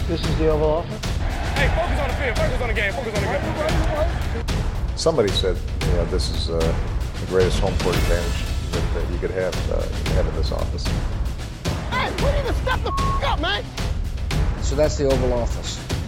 This is the Oval Office. Hey, focus on the field, focus on the game, focus on the game. Somebody said, this is the greatest home court advantage that you could have in this office. Hey, we need to step the up, man. So that's the Oval Office.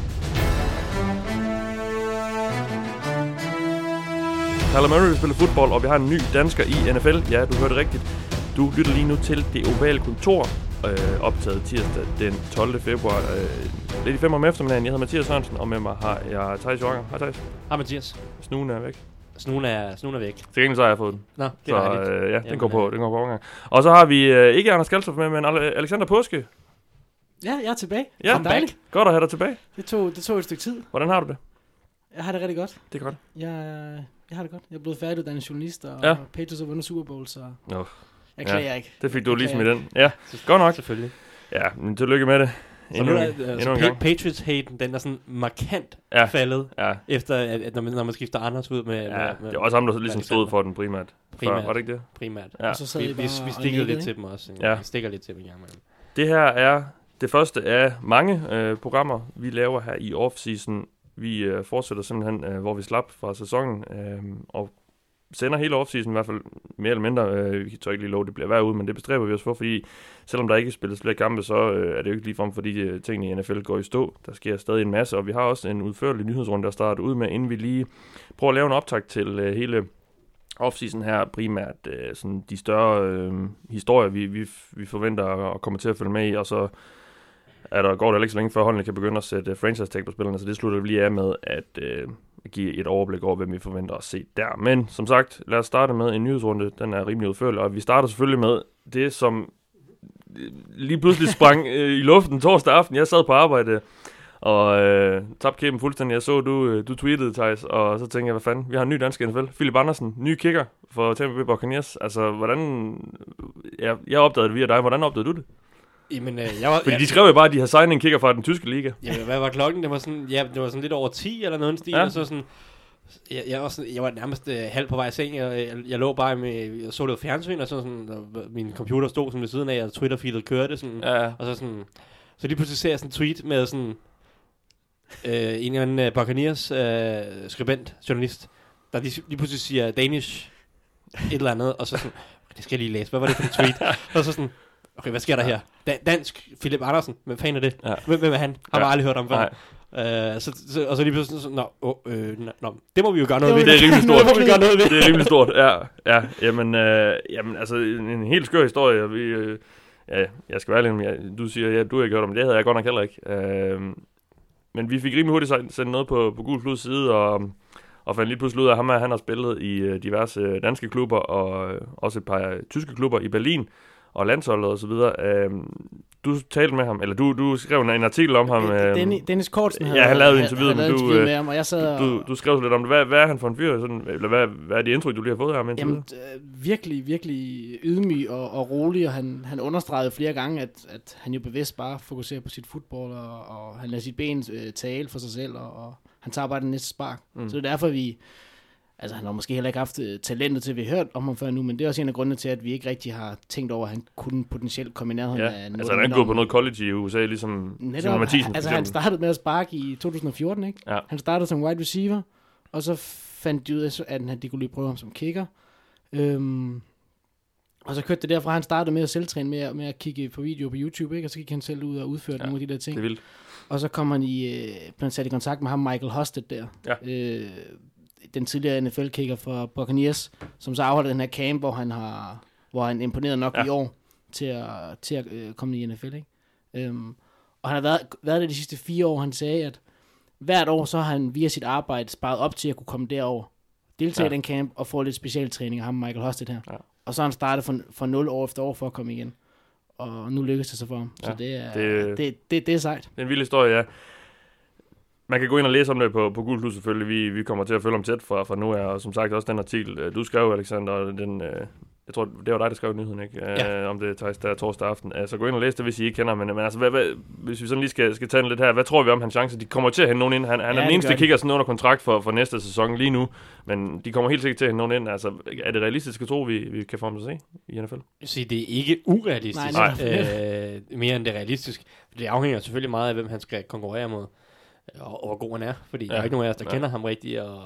Kyler Murray spiller fodbold, og vi har en ny dansker i NFL. Ja, du hørte rigtigt. Du lytter lige nu til Det Ovale Kontor, optaget tirsdag den 12. februar. Lidt i 5 om eftermiddagen. Jeg hedder Mathias Sørensen, og med mig har jeg Thijs Joranger. Hej Thijs. Hej Mathias. Snuen er væk. Snuen er væk. Til gengæld så har jeg fået den. Nå, det så, er dejligt. Ja, den går på omgang. Og så har vi ikke Anders Kalstrup med, men Alexander Påske. Ja, jeg er tilbage. Ja, dejligt. Godt at have dig tilbage. Det tog et stykke tid. Hvordan har du det? Jeg har det rigtig godt. Det er godt. Jeg har det godt. Jeg er blevet færdiguddannet journalist, og Patriots har vundet Super Bowl, så jeg klager ikke. Det fik du ligesom i den. Ja, godt nok. Selvfølgelig. Ja, men tillykke med det. Endnu en gang. Patriots-haten, den er sådan markant faldet, efter at når man skifter Anders ud med... Ja, det er også ham, der ligesom stod for den primært. Før, var det ikke det? Primært. Ja. Og så vi stikkede lidt til dem også. Ja. Vi stikker lidt til dem. Det her er det første af mange programmer, vi laver her i off-season. Vi fortsætter simpelthen, hvor vi slap fra sæsonen, og sender hele off-season i hvert fald mere eller mindre. Vi tør ikke lige love, det bliver hver uge, men det bestræber vi os for, fordi selvom der ikke spilles flere kampe, så er det jo ikke ligefrem, fordi tingene i NFL går i stå. Der sker stadig en masse, og vi har også en udførlig nyhedsrunde, der starter ud med, inden vi lige prøver at lave en optakt til hele off-season her, primært sådan de større historier, vi forventer at komme til at følge med i, og så går det ikke så længe før holdene kan begynde at sætte franchise tag på spillerne, så det slutter vi lige af med at give et overblik over, hvem vi forventer at se der. Men som sagt, lad os starte med en nyhedsrunde. Den er rimelig udførlig, og vi starter selvfølgelig med det, som lige pludselig sprang i luften torsdag aften. Jeg sad på arbejde og tabte kæben fuldstændig. Jeg så, du tweetede, Thijs, og så tænkte jeg, hvad fanden? Vi har en ny dansk NFL. Philip Andersen, ny kicker for Tampa Bay Buccaneers. Altså, hvordan... Jeg opdagede det via dig. Hvordan opdagede du det? Jamen, fordi de skrev jo bare, at de har signet en kicker fra den tyske liga. Jamen, hvad var klokken? Det var sådan lidt over 10 eller noget stil, og så sådan... Jeg var nærmest halv på vej i seng. Jeg lå bare jeg så lidt fjernsyn, og sådan, og min computer stod sådan ved siden af, og Twitter-feedet kørte sådan, og så lige pludselig ser jeg sådan en tweet med sådan en eller anden Buccaneers skribent, journalist, der lige pludselig siger Danish et eller andet, og så sådan, det skal jeg lige læse, hvad var det for en tweet? Og så sådan, okay, hvad sker der her? Dansk Philip Andersen, hvem fanden er det? Ja. Hvem er han? Har man aldrig hørt om før. Og så lige pludselig sådan, det må vi jo gøre noget ved. Det er rimelig stort. Det må vi gøre noget ved. Det er rimelig stort, ja. Jamen, altså, en helt skør historie. Jeg skal være ærlig, du siger, du har ikke hørt om det, havde jeg godt nok heller ikke. Men vi fik rimelig hurtigt sendt noget på Gul Plus side, og fandt lige pludselig ud af, at han har spillet i diverse danske klubber, og også et par tyske klubber i Berlin, og landsholdet og så videre. Du talte med ham, eller du skrev en artikel om ham. Dennis Kortsen havde han lavede interviewet med ham, og jeg sad du skrev så lidt om det. Hvad er han for en fyr? Sådan, eller hvad er det indtryk, du lige har fået af ham? Jamen, virkelig, virkelig ydmyg og rolig, og han understregede flere gange, at han jo bevidst bare fokuserer på sit fodbold, og han lader sit ben tale for sig selv, og han tager bare den næste spark. Så det er derfor, altså han har måske heller ikke haft talentet til, at vi har hørt om ham før nu, men det er også en af grundene til, at vi ikke rigtig har tænkt over, at han kunne potentielt komme i nærheden af noget. Altså han er ikke gået på noget college i USA, ligesom Simon Mathisen. Altså han startede med at sparke i 2014, ikke? Ja. Han startede som wide receiver, og så fandt de ud af, at de kunne lige prøve ham som kicker. Og så kørte det derfra, han startede med at selvtræne med at kigge på video på YouTube, ikke? Og så gik han selv ud og udførte nogle af de der ting. Det er vildt. Og så kom han blev sat i kontakt med ham, Michael Hosted der. Ja. Den tidligere NFL-kicker for Buccaneers, som så afholder den her camp, hvor han imponerede nok i år til at komme i NFL, ikke? Og han har været det de sidste 4 år. Han sagde, at hvert år så har han via sit arbejde sparet op til at kunne komme derover, deltage i den camp og få lidt specialtræning af ham, Michael Hosted her. Ja. Og så har han startet fra 0 år efter år for at komme igen. Og nu lykkes det så for ham. Ja, så det er sejt. Det er en vild historie, ja. Man kan gå ind og læse om det på Gul Plus selvfølgelig. Vi kommer til at følge om tæt fra nu af, og som sagt også den artikel, du skrev, Alexander, Jeg tror, det var dig, der skrev nyheden, ikke? Om det der torsdag aften. Altså, gå ind og læs det, hvis I ikke kender, men altså, hvis vi sådan lige skal tage den lidt her, hvad tror vi om hans chancer? De kommer til at hente nogen ind. Han er den eneste, der kigger sådan under kontrakt for næste sæson lige nu, men de kommer helt sikkert til at hente nogen ind. Altså, er det realistisk at tro, vi kan få ham til at se i NFL? Så det er ikke urealistisk. Nej. Mere end det er realistisk. Det afhænger selvfølgelig meget af, hvem han skal konkurrere mod, og hvor god han er, fordi der er ikke nogen af os, der kender ham rigtigt, og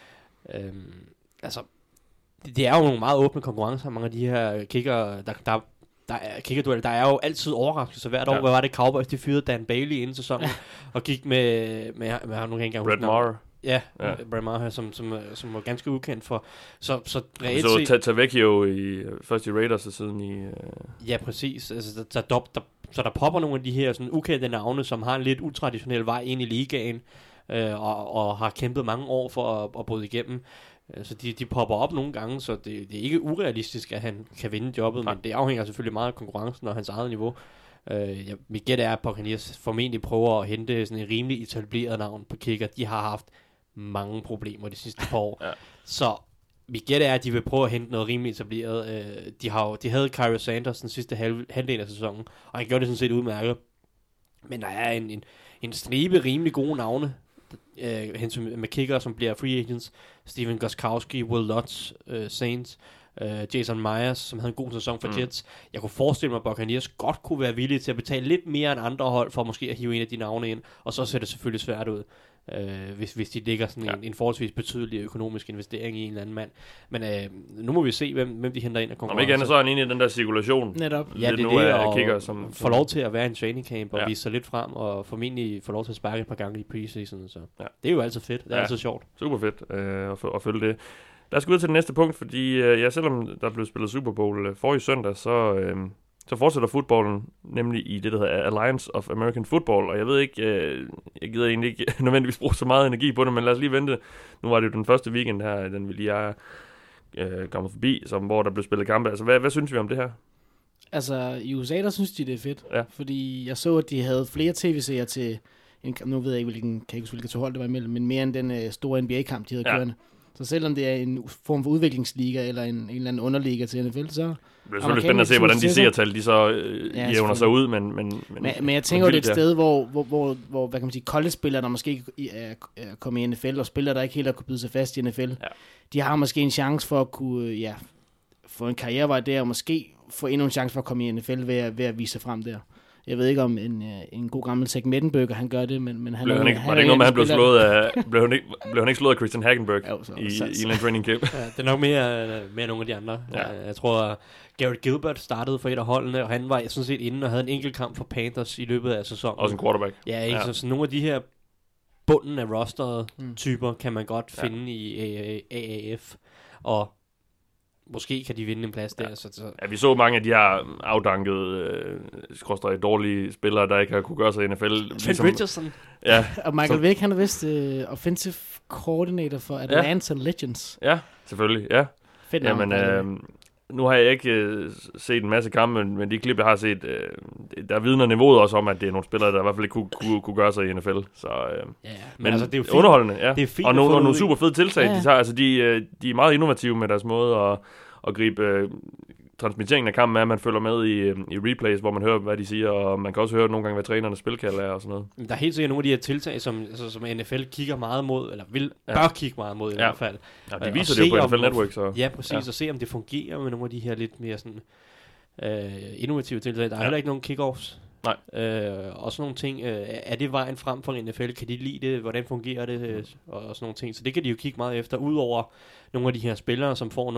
altså, det er jo nogle meget åbne konkurrencer, mange af de her kicker, der er kickerdueller. Der er jo altid overraskelser hvert år. Hvad var det, Cowboys, de fyrede Dan Bailey inden sæsonen, og gik med ham nogle engang. Brett Maher. Ja. Brett Maher, som var ganske ukendt for. Så reelt set... Så Tavecchio først i Raiders og siden i... Ja, præcis. Altså, så der popper nogle af de her sådan ukendte navne, som har en lidt utraditionel vej ind i ligaen, og har kæmpet mange år for at bryde igennem. Så de popper op nogle gange, så det er ikke urealistisk, at han kan vinde jobbet, men det afhænger selvfølgelig meget af konkurrencen og hans eget niveau. Mit gæt er, at Buccaneers formentlig prøver at hente sådan en rimelig etableret navn på kicker. De har haft mange problemer de sidste par år. Så mit gæt er, at de vil prøve at hente noget rimelig etableret. De havde Kyrie Sanders den sidste halvdel af sæsonen, og han gjorde det sådan set udmærket. Men der er en stribe rimelig gode navne med kicker, som bliver free agents. Steven Gostkowski, Will Lutz, Saints, Jason Myers, som havde en god sæson for Jets. Jeg kunne forestille mig, at Buccaneers godt kunne være villige til at betale lidt mere end andre hold, for måske at hive en af de navne ind, og så ser det selvfølgelig svært ud, hvis de lægger sådan en forholdsvis betydelig økonomisk investering i en eller anden mand. Men nu må vi se, hvem de henter ind af konkurrence. Om ikke andet, så er han inde i den der cirkulation. Netop. Ja, det er det, og kigger, som får lov til at være en training camp og vise sig lidt frem, og formentlig få lov til at sparke et par gange i preseason. Så det er jo altid fedt. Det er altid sjovt. Super fedt at følge det. Lad os gå ud til det næste punkt, fordi selvom der blev spillet Super Bowl forrige søndag, så fortsætter fodbolden nemlig i det, der hedder Alliance of American Football, og jeg ved ikke, jeg gider egentlig ikke nødvendigvis bruge så meget energi på det, men lad os lige vente. Nu var det jo den første weekend her, den vi lige er kommet forbi, hvor der blev spillet kampe. Altså, hvad synes vi om det her? Altså, i USA, der synes de, det er fedt, fordi jeg så, at de havde flere tv-serier til, nu ved jeg ikke, hvilke to hold det var imellem, men mere end den store NBA-kamp, de havde kørende. Så selvom det er en form for udviklingsliga eller en eller anden underliga til NFL, så... Det er selvfølgelig spændende at se, hvordan de seertal, de så jævner sig ud, men jeg tænker jo, det er et sted, hvor hvad kan man sige, college-spillere, der måske er kommet i NFL, og spillere, der ikke helt har kunne byde sig fast i NFL, de har måske en chance for at kunne få en karrierevej der, og måske få endnu en chance for at komme i NFL ved at vise sig frem der. Jeg ved ikke, om en god gammel Zach Mettenberger, han gør det, men han... Var det ikke noget med, han blev slået af... Blev han ikke slået af Christian Hagenberg i en training camp? Ja, det er nok mere nogle af de andre. Ja. Jeg tror, Garrett Gilbert startede for et af holdene, og han var sådan set inde og havde en enkelt kamp for Panthers i løbet af sæsonen. Også en quarterback. Ja, ikke? Så nogle af de her bunden af rosteret typer kan man godt finde i AAF, og måske kan de vinde en plads der. Så. Ja, vi så mange af de her afdankede, dårlige spillere, der ikke har kunne gøre sig i NFL. Trent Richardson. Ja. Og Michael Vick, han er vist offensive coordinator for Atlanta Legends. Ja, selvfølgelig, ja. Fedt navn. Jamen, nu har jeg ikke set en masse kampe, men de klip, jeg har set, der vidner niveauet også om, at det er nogle spillere, der i hvert fald ikke kunne gøre sig i NFL. Så, men altså, det er jo fint. Underholdende, ja. Det er fint og nogle super fede tiltag. Ja. De er meget innovative med deres måde at gribe transmitteringen af kampen, at man følger med i replays, hvor man hører, hvad de siger, og man kan også høre nogle gange, hvad trænernes spilkald er og sådan noget. Der er helt sikkert nogle af de her tiltag, som NFL kigger meget mod, eller bør kigge meget mod i hvert fald. Ja, de viser det jo på NFL Network. Så. Ja, præcis, og se om det fungerer med nogle af de her lidt mere sådan innovative tiltag. Der er heller ikke nogen kickoffs. Nej. Og sådan nogle ting. Er det vejen frem for NFL? Kan de lide det? Hvordan fungerer det? Og sådan nogle ting. Så det kan de jo kigge meget efter, udover nogle af de her spillere, som får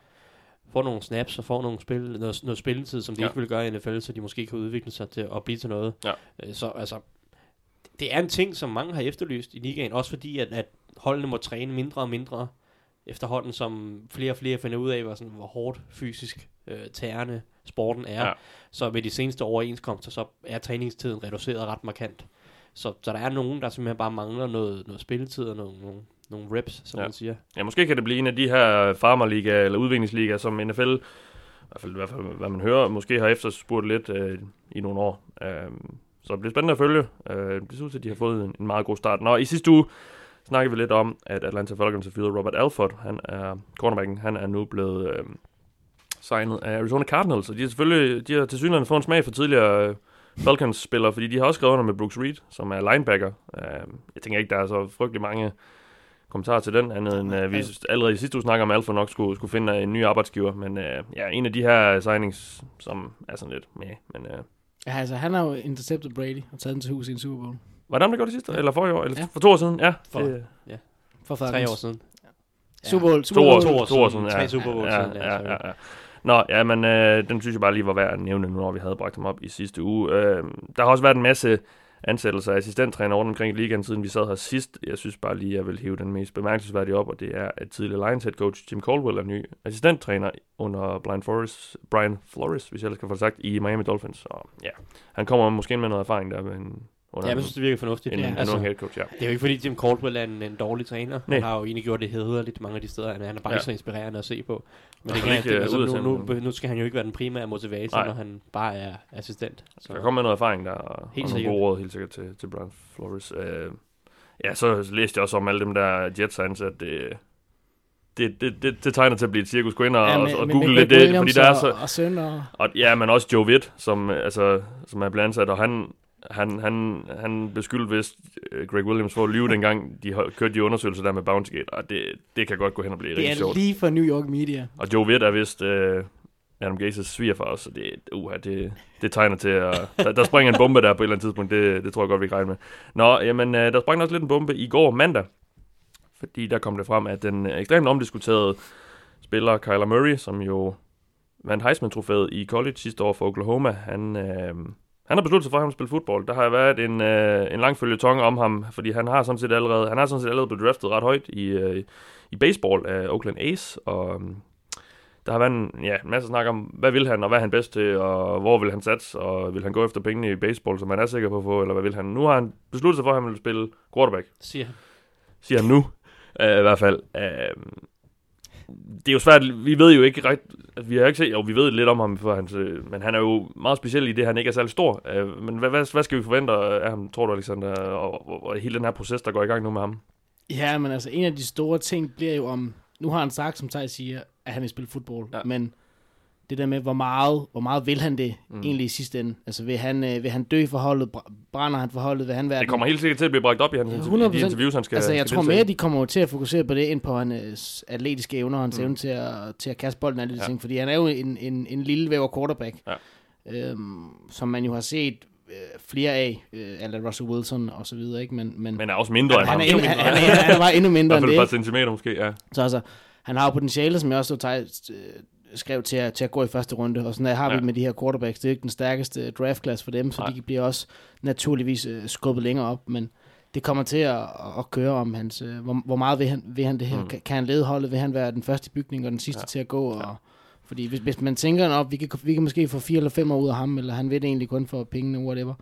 nogle snaps og får noget spilletid, som de ikke vil gøre i NFL, så de måske kan udvikle sig til at blive til noget. Ja. Så altså, det er en ting, som mange har efterlyst i ligaen, også fordi, at holdene må træne mindre og mindre efterhånden, som flere og flere finder ud af, hvor hårdt fysisk tærende sporten er. Ja. Så med de seneste overenskomster, så er træningstiden reduceret ret markant. Så der er nogen, der simpelthen bare mangler noget spilletid og nogle reps, som man siger. Ja, måske kan det blive en af de her farmerliga eller udviklingsliga, som NFL, i hvert fald hvad man hører, måske har efterspurgt lidt i nogle år. Så det bliver spændende at følge. Det ser ud til, at de har fået en meget god start. Nå, i sidste uge snakkede vi lidt om, at Atlanta Falcons har fyret Robert Alford. Han er cornerbacken. Han er nu blevet signet af Arizona Cardinals, og de har tilsyneladende fået en smag for tidligere Falcons-spillere, fordi de har også skrevet under med Brooks Reed, som er linebacker. Jeg tænker ikke, der er så frygtelig mange kommentarer til den, andet end vi allerede i sidste uge snakker om, Alfa nok skulle finde en ny arbejdsgiver, men en af de her signings, som er sådan lidt med, men... Ja, altså han har jo interceptet Brady og taget den til hus i en Super Bowl. Var det ham, der gjorde det sidste? Eller for i år? Eller for 2 år siden? Ja. For 3 år siden. Super Bowl. 2 år siden, ja. 3 Super Bowl siden. Ja. Nå, ja, men den synes jeg bare lige var værd at nævne nu, når vi havde bragt ham op i sidste uge. Der har også været en masse ansættelser af assistenttræner rundt omkring i ligaen, siden vi sad her sidst. Jeg synes bare lige, at jeg vil hæve den mest bemærkelsesværdige op, og det er, at tidligere Lions head coach Jim Caldwell er ny assistenttræner under Brian Flores, hvis jeg ellers kan få det sagt, i Miami Dolphins. Og ja, han kommer måske med noget erfaring der med jeg synes, det virker fornuftigt. En head coach, ja. Det er jo ikke fordi Jim Caldwell er en dårlig træner. Nej. Han har jo egentlig gjort det hederligt mange af de steder. Han er bare ikke så inspirerende at se på. Men nu skal han jo ikke være den primære motivator, når han bare er assistent. Så der kommer med noget erfaring der, og nogle gode råd helt sikkert til Brian Flores. Så læste jeg også om alle dem der Jets ansat. Det tegner til at blive et cirkus. Gå ind og google lidt det, fordi der er så... men også Joe Witt, som er blevet ansat, og han beskyldte vist Greg Williams for at lyve dengang de kørte de undersøgelser der med Bountygate, og det kan godt gå hen og blive rigtig sjovt. Det er lige for New York Media. Og Joe Witt er vist Adam Gases svigerfar også, så det tegner til at... Der springer en bombe der på et eller andet tidspunkt, det tror jeg godt, vi kan regne med. Nå, jamen, der sprang også lidt en bombe i går mandag, fordi der kom det frem, at den ekstremt omdiskuterede spiller Kyler Murray, som jo vandt Heisman-trofæet i college sidste år for Oklahoma, han har besluttet sig for, at han vil spille fodbold. Der har været en lang føljeton om ham, fordi han har sådan set allerede blevet draftet ret højt i baseball af Oakland A's, og der har været en masse snak om, hvad vil han, og hvad er han bedst til, og hvor vil han satse, og vil han gå efter pengene i baseball, som han er sikker på at få, eller hvad vil han? Nu har han besluttet sig for, at han vil spille quarterback. Siger han nu, i hvert fald. Det er jo svært, vi ved jo ikke rigtigt, vi har ikke set, vi ved lidt om ham, men han er jo meget speciel i det, han ikke er særlig stor. Men hvad skal vi forvente af ham, tror du, Alexander, og hele den her proces, der går i gang nu med ham? Ja, men altså, en af de store ting bliver jo om, nu har han sagt, som Thijs siger, at han vil spille fodbold, men det der med, hvor meget vil han det egentlig i sidste ende? Altså, vil han dø for holdet? Brænder han for holdet? Vil han være... Det kommer helt sikkert til at blive bragt op i hans interviews, han skal... Altså, jeg tror mere, at de kommer til at fokusere på det, end på hans atletiske evner, og hans evne til at kaste bolden og alle de ting, fordi han er jo en lille væver quarterback, som man jo har set flere af, eller Russell Wilson og så videre, ikke? Men er også mindre end ham. Han var endnu mindre end det. I hvert fald et par centimeter måske, ja. Så altså, han har jo potentiale, som jeg også skrev til at gå i første runde, og sådan har vi med de her quarterbacks. Det er ikke den stærkeste draftklasse for dem, så de bliver også naturligvis skubbet længere op, men det kommer til at køre om hans, hvor meget vil han det her? Kan han lede holdet? Vil han være den første bygning og den sidste til at gå? Og, fordi hvis man tænker op, vi kan måske få 4 eller 5 år ud af ham, eller han ved det egentlig kun for pengene, whatever,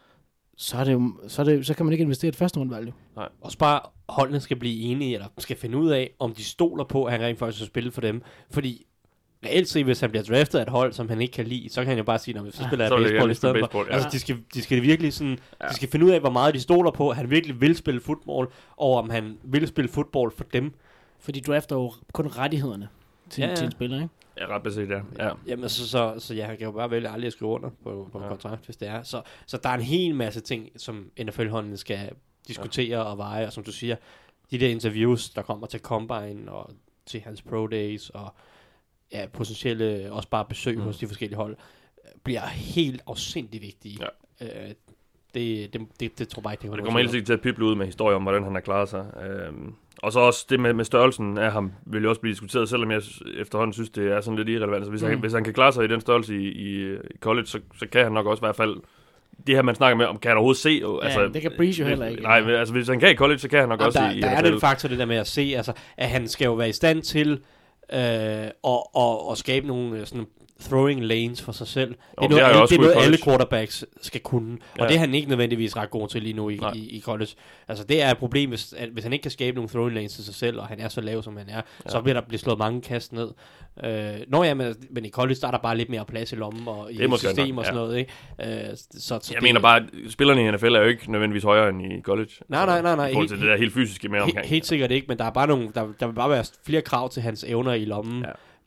så kan man ikke investere et første rundevalg. Jo. Nej. Også bare holdene skal blive enige, eller skal finde ud af, om de stoler på, at han rent faktisk skal spille for dem. Fordi reelt set, hvis han bliver draftet af et hold, som han ikke kan lide, så kan han jo bare sige, at så spiller jeg baseball i stedet for. Ja. Altså, de skal virkelig sådan, de skal finde ud af, hvor meget de stoler på, at han virkelig vil spille fodbold, og om han vil spille fodbold for dem. For de drafter jo kun rettighederne til en spiller, ikke? Ja, ret beset, ja. Jamen, så han kan jo bare vælge aldrig at skrive under på en kontrakt, hvis det er. Så der er en hel masse ting, som NFL-holdene skal diskutere og veje, og som du siger, de der interviews, der kommer til Combine og til hans Pro Days, og potentielle også bare besøg hos de forskellige hold, bliver helt afsindigt vigtige. Ja. Det tror jeg bare ikke, det kommer helt sikkert til at pible ud med historier om, hvordan han har klaret sig. Og så også det med størrelsen af ham vil jo også blive diskuteret, selvom jeg efterhånden synes, det er sådan lidt irrelevant. Så hvis han kan klare sig i den størrelse i college, så kan han nok også i hvert fald det her, man snakker med, om kan han overhovedet se. Altså, det kan Breeze jo heller ikke. Nej, men altså, hvis han kan i college, så kan han nok også i der er den faktor, det der med at se, altså, at han skal jo være i stand til og skabe nogle sådan throwing lanes for sig selv. Det er noget alle quarterbacks skal kunne. Og det er han ikke nødvendigvis ret god til lige nu i college. Altså det er et problem, hvis han ikke kan skabe nogle throwing lanes til sig selv, og han er så lav, som han er, så vil der blive slået mange kast ned. Men i college, der er der bare lidt mere plads i lommen, og i system og sådan noget. Ikke? Jeg mener bare, spillerne i NFL er jo ikke nødvendigvis højere end i college. Nej. I forhold til det der helt fysiske mere omkring. Helt sikkert ikke, men der er bare der vil bare være flere krav til hans evner i lommen.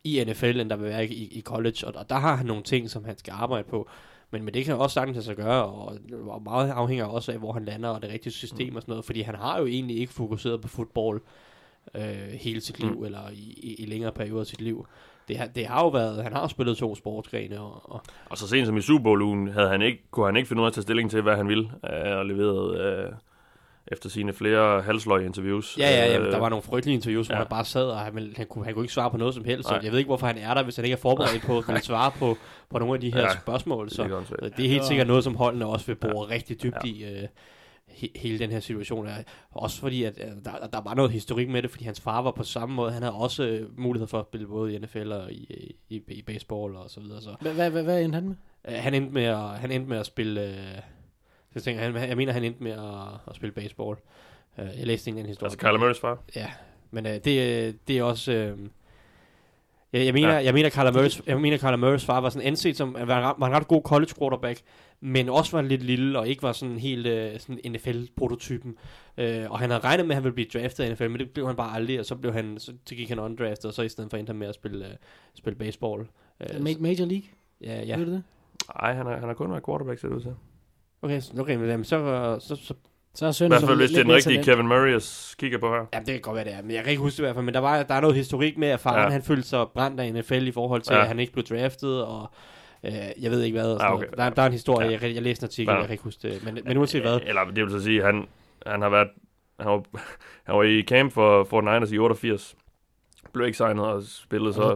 i NFL, end der vil være i college, og der har han nogle ting, som han skal arbejde på. Men det kan også sagtens lade sig gøre, og meget afhænger også af, hvor han lander, og det rigtige system og sådan noget, fordi han har jo egentlig ikke fokuseret på fodbold hele sit liv, eller i længere perioder af sit liv. Det har jo været, han har spillet 2 sportsgrene. Og så sent som i Super Bowl-ugen kunne han ikke finde ud af at tage stilling til, hvad han ville, og leveret efter sine flere halsløje interviews. Ja, der var nogle frygtelige interviews, hvor han bare sad, og han kunne ikke svare på noget som helst. Så jeg ved ikke, hvorfor han er der, hvis han ikke er forberedt på at svare på nogle af de her spørgsmål. Så det er helt sikkert noget, som holdene også vil bore rigtig dybt i hele den her situation. Også fordi, at der var noget historik med det, fordi hans far var på samme måde. Han havde også mulighed for at spille både i NFL og i baseball og så videre. Så. Hvad endte han med? Han endte med at spille... Jeg mener, han endte med at spille baseball. Jeg læste en historie. Altså Kyler Murrays far? Ja, men det er også... Jeg mener, Kyler Murrays far var sådan anset som var en ret god college quarterback, men også var lidt lille og ikke var sådan helt sådan NFL-prototypen. Og han havde regnet med, at han ville blive draftet i NFL, men det blev han bare aldrig, og så gik han undrafted, og så i stedet for endte han med at spille baseball. Major League? Ja. Ved du det? Nej, han har kun været quarterback, ser det ud til. Okay, men så er Søren, i hvert fald, hvis det er den rigtige Kevin Murray, at kigge på her. Ja, det kan godt være, det er. Men jeg kan ikke huske det i hvert fald. Men der er noget historik med, at faren han følte sig brændt af NFL i forhold til, at han ikke blev draftet, og jeg ved ikke hvad. Okay. Der er en historie, jeg læste en artikel, jeg kan ikke huske det. Men uanset hvad. Eller det vil så sige, han var i camp for 49ers i 88. Blev ikke signet og spillede så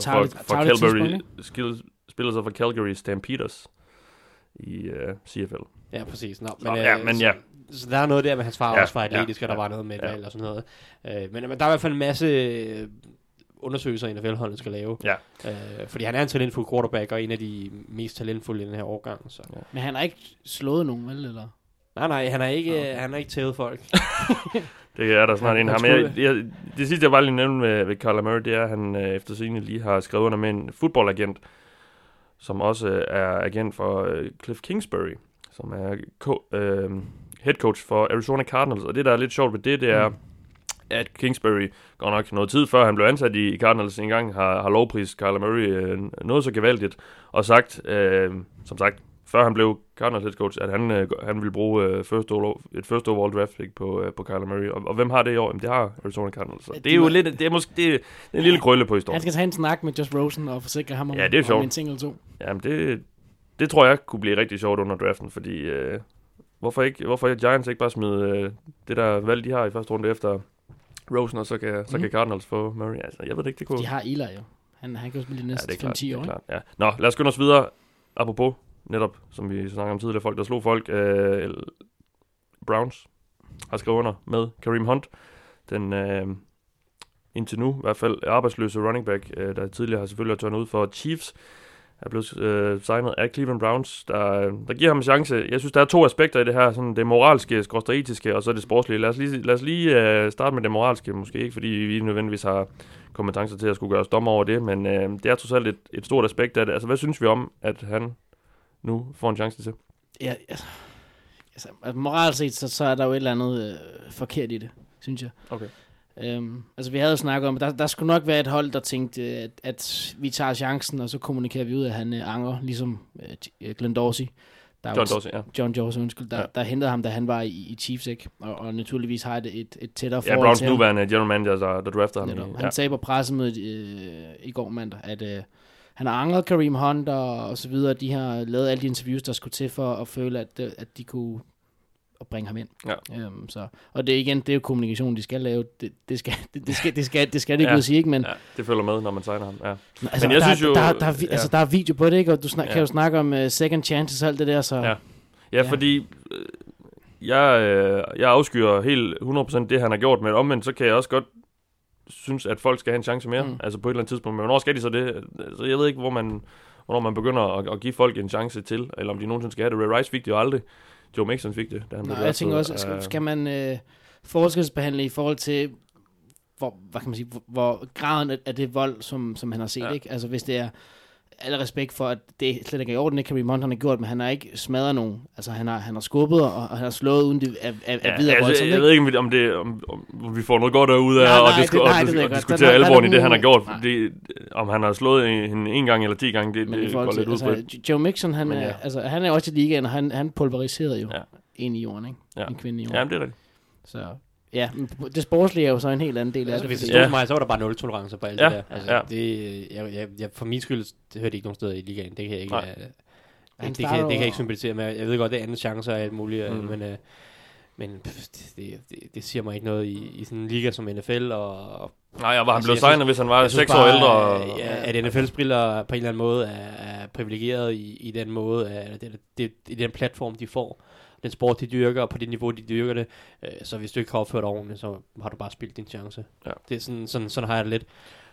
for Calgary Stampeders i CFL. Ja, præcis. Men ja. Så der er noget der med hans far også var atletisk, og der var noget med det eller sådan noget. Men der er i hvert fald en masse undersøgelser, NFL-holdet skal lave. Ja. Fordi han er en talentfuld quarterback, og en af de mest talentfulde i den her årgang. Så. Ja. Men han har ikke slået nogen, vel? Eller? Nej, han har ikke tævet folk. Det er der snart en her. Men det sidste, jeg bare lige nævne ved Kyler Murray, det er, at han efter sigende lige har skrevet under med en fodboldagent, som også er agent for Cliff Kingsbury, som er head coach for Arizona Cardinals. Og det, der er lidt sjovt ved det er, at Kingsbury går nok noget tid før han blev ansat i Cardinals en gang, har lovprist Kyler Murray noget så gevaldigt, og sagt, som sagt, før han blev Cardinals head coach, at han ville bruge et first overall draft pick på Kyler Murray. Og hvem har det i år? Jamen, det har Arizona Cardinals. Så det er jo lidt, det er en lille krølle på historien. Han skal tage en snak med Josh Rosen og forsikre ham om, det er om en ting eller 2. Jamen, det tror jeg kunne blive rigtig sjovt under draften, fordi hvorfor Giants ikke bare smide det der valg, de har i første runde efter Rosen, og så kan Cardinals få Murray. Altså, jeg ved det ikke, det kunne... De har Eli jo. Han kan jo spille de næste 5-10 år. Klart, ja. Nå, lad os skynde os videre. Apropos, netop, som vi snakker om tidligere, folk, der slog folk. Browns har skrevet under med Kareem Hunt. Den indtil nu, i hvert fald arbejdsløse running back, der tidligere har selvfølgelig tørnet ud for Chiefs, er blevet signet af Cleveland Browns, der giver ham en chance. Jeg synes, der er 2 aspekter i det her. Sådan det moralske, etiske, og så det sportslige. Lad os lige starte med det moralske, måske ikke, fordi vi nødvendigvis har kompetencer til at skulle gøre os dommer over det, men det er trods alt et stort aspekt af det. Altså, hvad synes vi om, at han nu får en chance til? Ja, altså moralt set, så er der jo et eller andet forkert i det, synes jeg. Okay. Altså vi havde jo snakket om, der skulle nok være et hold, der tænkte, at vi tager chancen, og så kommunikerer vi ud, at han angrer, ligesom Glenn Dorsey. John Dorsey, undskyld. Der hentede ham, da han var i Chiefs, ikke? Og naturligvis har et tættere forhold Browns til ham. Ja, Browns nuværende general manager, der draftede ham. Han sagde på pressemødet i går mandag, at han har angret Kareem Hunt og så videre. De har lavet alle de interviews, der skulle til for at føle, at de kunne at bringe ham ind. Ja. Og det er jo kommunikation, de skal lave. Det skal det ikke ud at sige, ikke? Men det følger med, når man signer ham. Ja. Altså, men jeg synes jo, der er video på det, ikke? Og du kan jo snakke om second chances og alt det der, så... Ja, fordi jeg afskyer helt 100% det, han har gjort, men omvendt, så kan jeg også godt synes, at folk skal have en chance mere, altså på et eller andet tidspunkt. Men hvornår skal de så det? Altså, jeg ved ikke, hvornår man begynder at give folk en chance til, eller om de nogensinde skal have det. Ray Rice fik det jo aldrig. Joe Mixon fik det, da han blev jeg tænker også, skal man forskelsbehandle i forhold til, hvor graden af det vold, som han har set, ikke? Altså hvis det er alle respekt for, at det slet ikke er i orden, det Kareem Hunt han har gjort, men han har ikke smadret nogen. Altså, han har skubbet, og han har slået uden det af videre voldsomt. Jeg ved ikke, om vi får noget godt ud af, og diskutere alvoren i det, han har gjort. Om han har slået hende 1 gang eller 10 gange, det går lidt ud på. Joe Mixon, han er også i ligaen, og han pulveriserede jo ind i jorden, ikke? Ja. En kvinde i jorden. Ja, det er rigtigt. Så... Ja, det sportslige er jo så en helt anden del af det. Hvis det stod for mig, så var der bare 0 tolerance på alt det der. Altså, det, for min skyld, det hørte ikke nogen steder i ligaen. Det kan jeg ikke, det kan jeg ikke sympatisere med. Jeg ved godt, det er anden chancer og alt muligt, men det siger mig ikke noget i sådan en liga som NFL. Nej, var han blevet signet, hvis han var 6 år ældre? At NFL-spillere på en eller anden måde er privilegeret i den måde, i den platform, de får. Den sport, de dyrker, og på det niveau, de dyrker det. Så hvis du ikke har opført ordentligt, så har du bare spildt din chance. Ja. Det er sådan har jeg det lidt.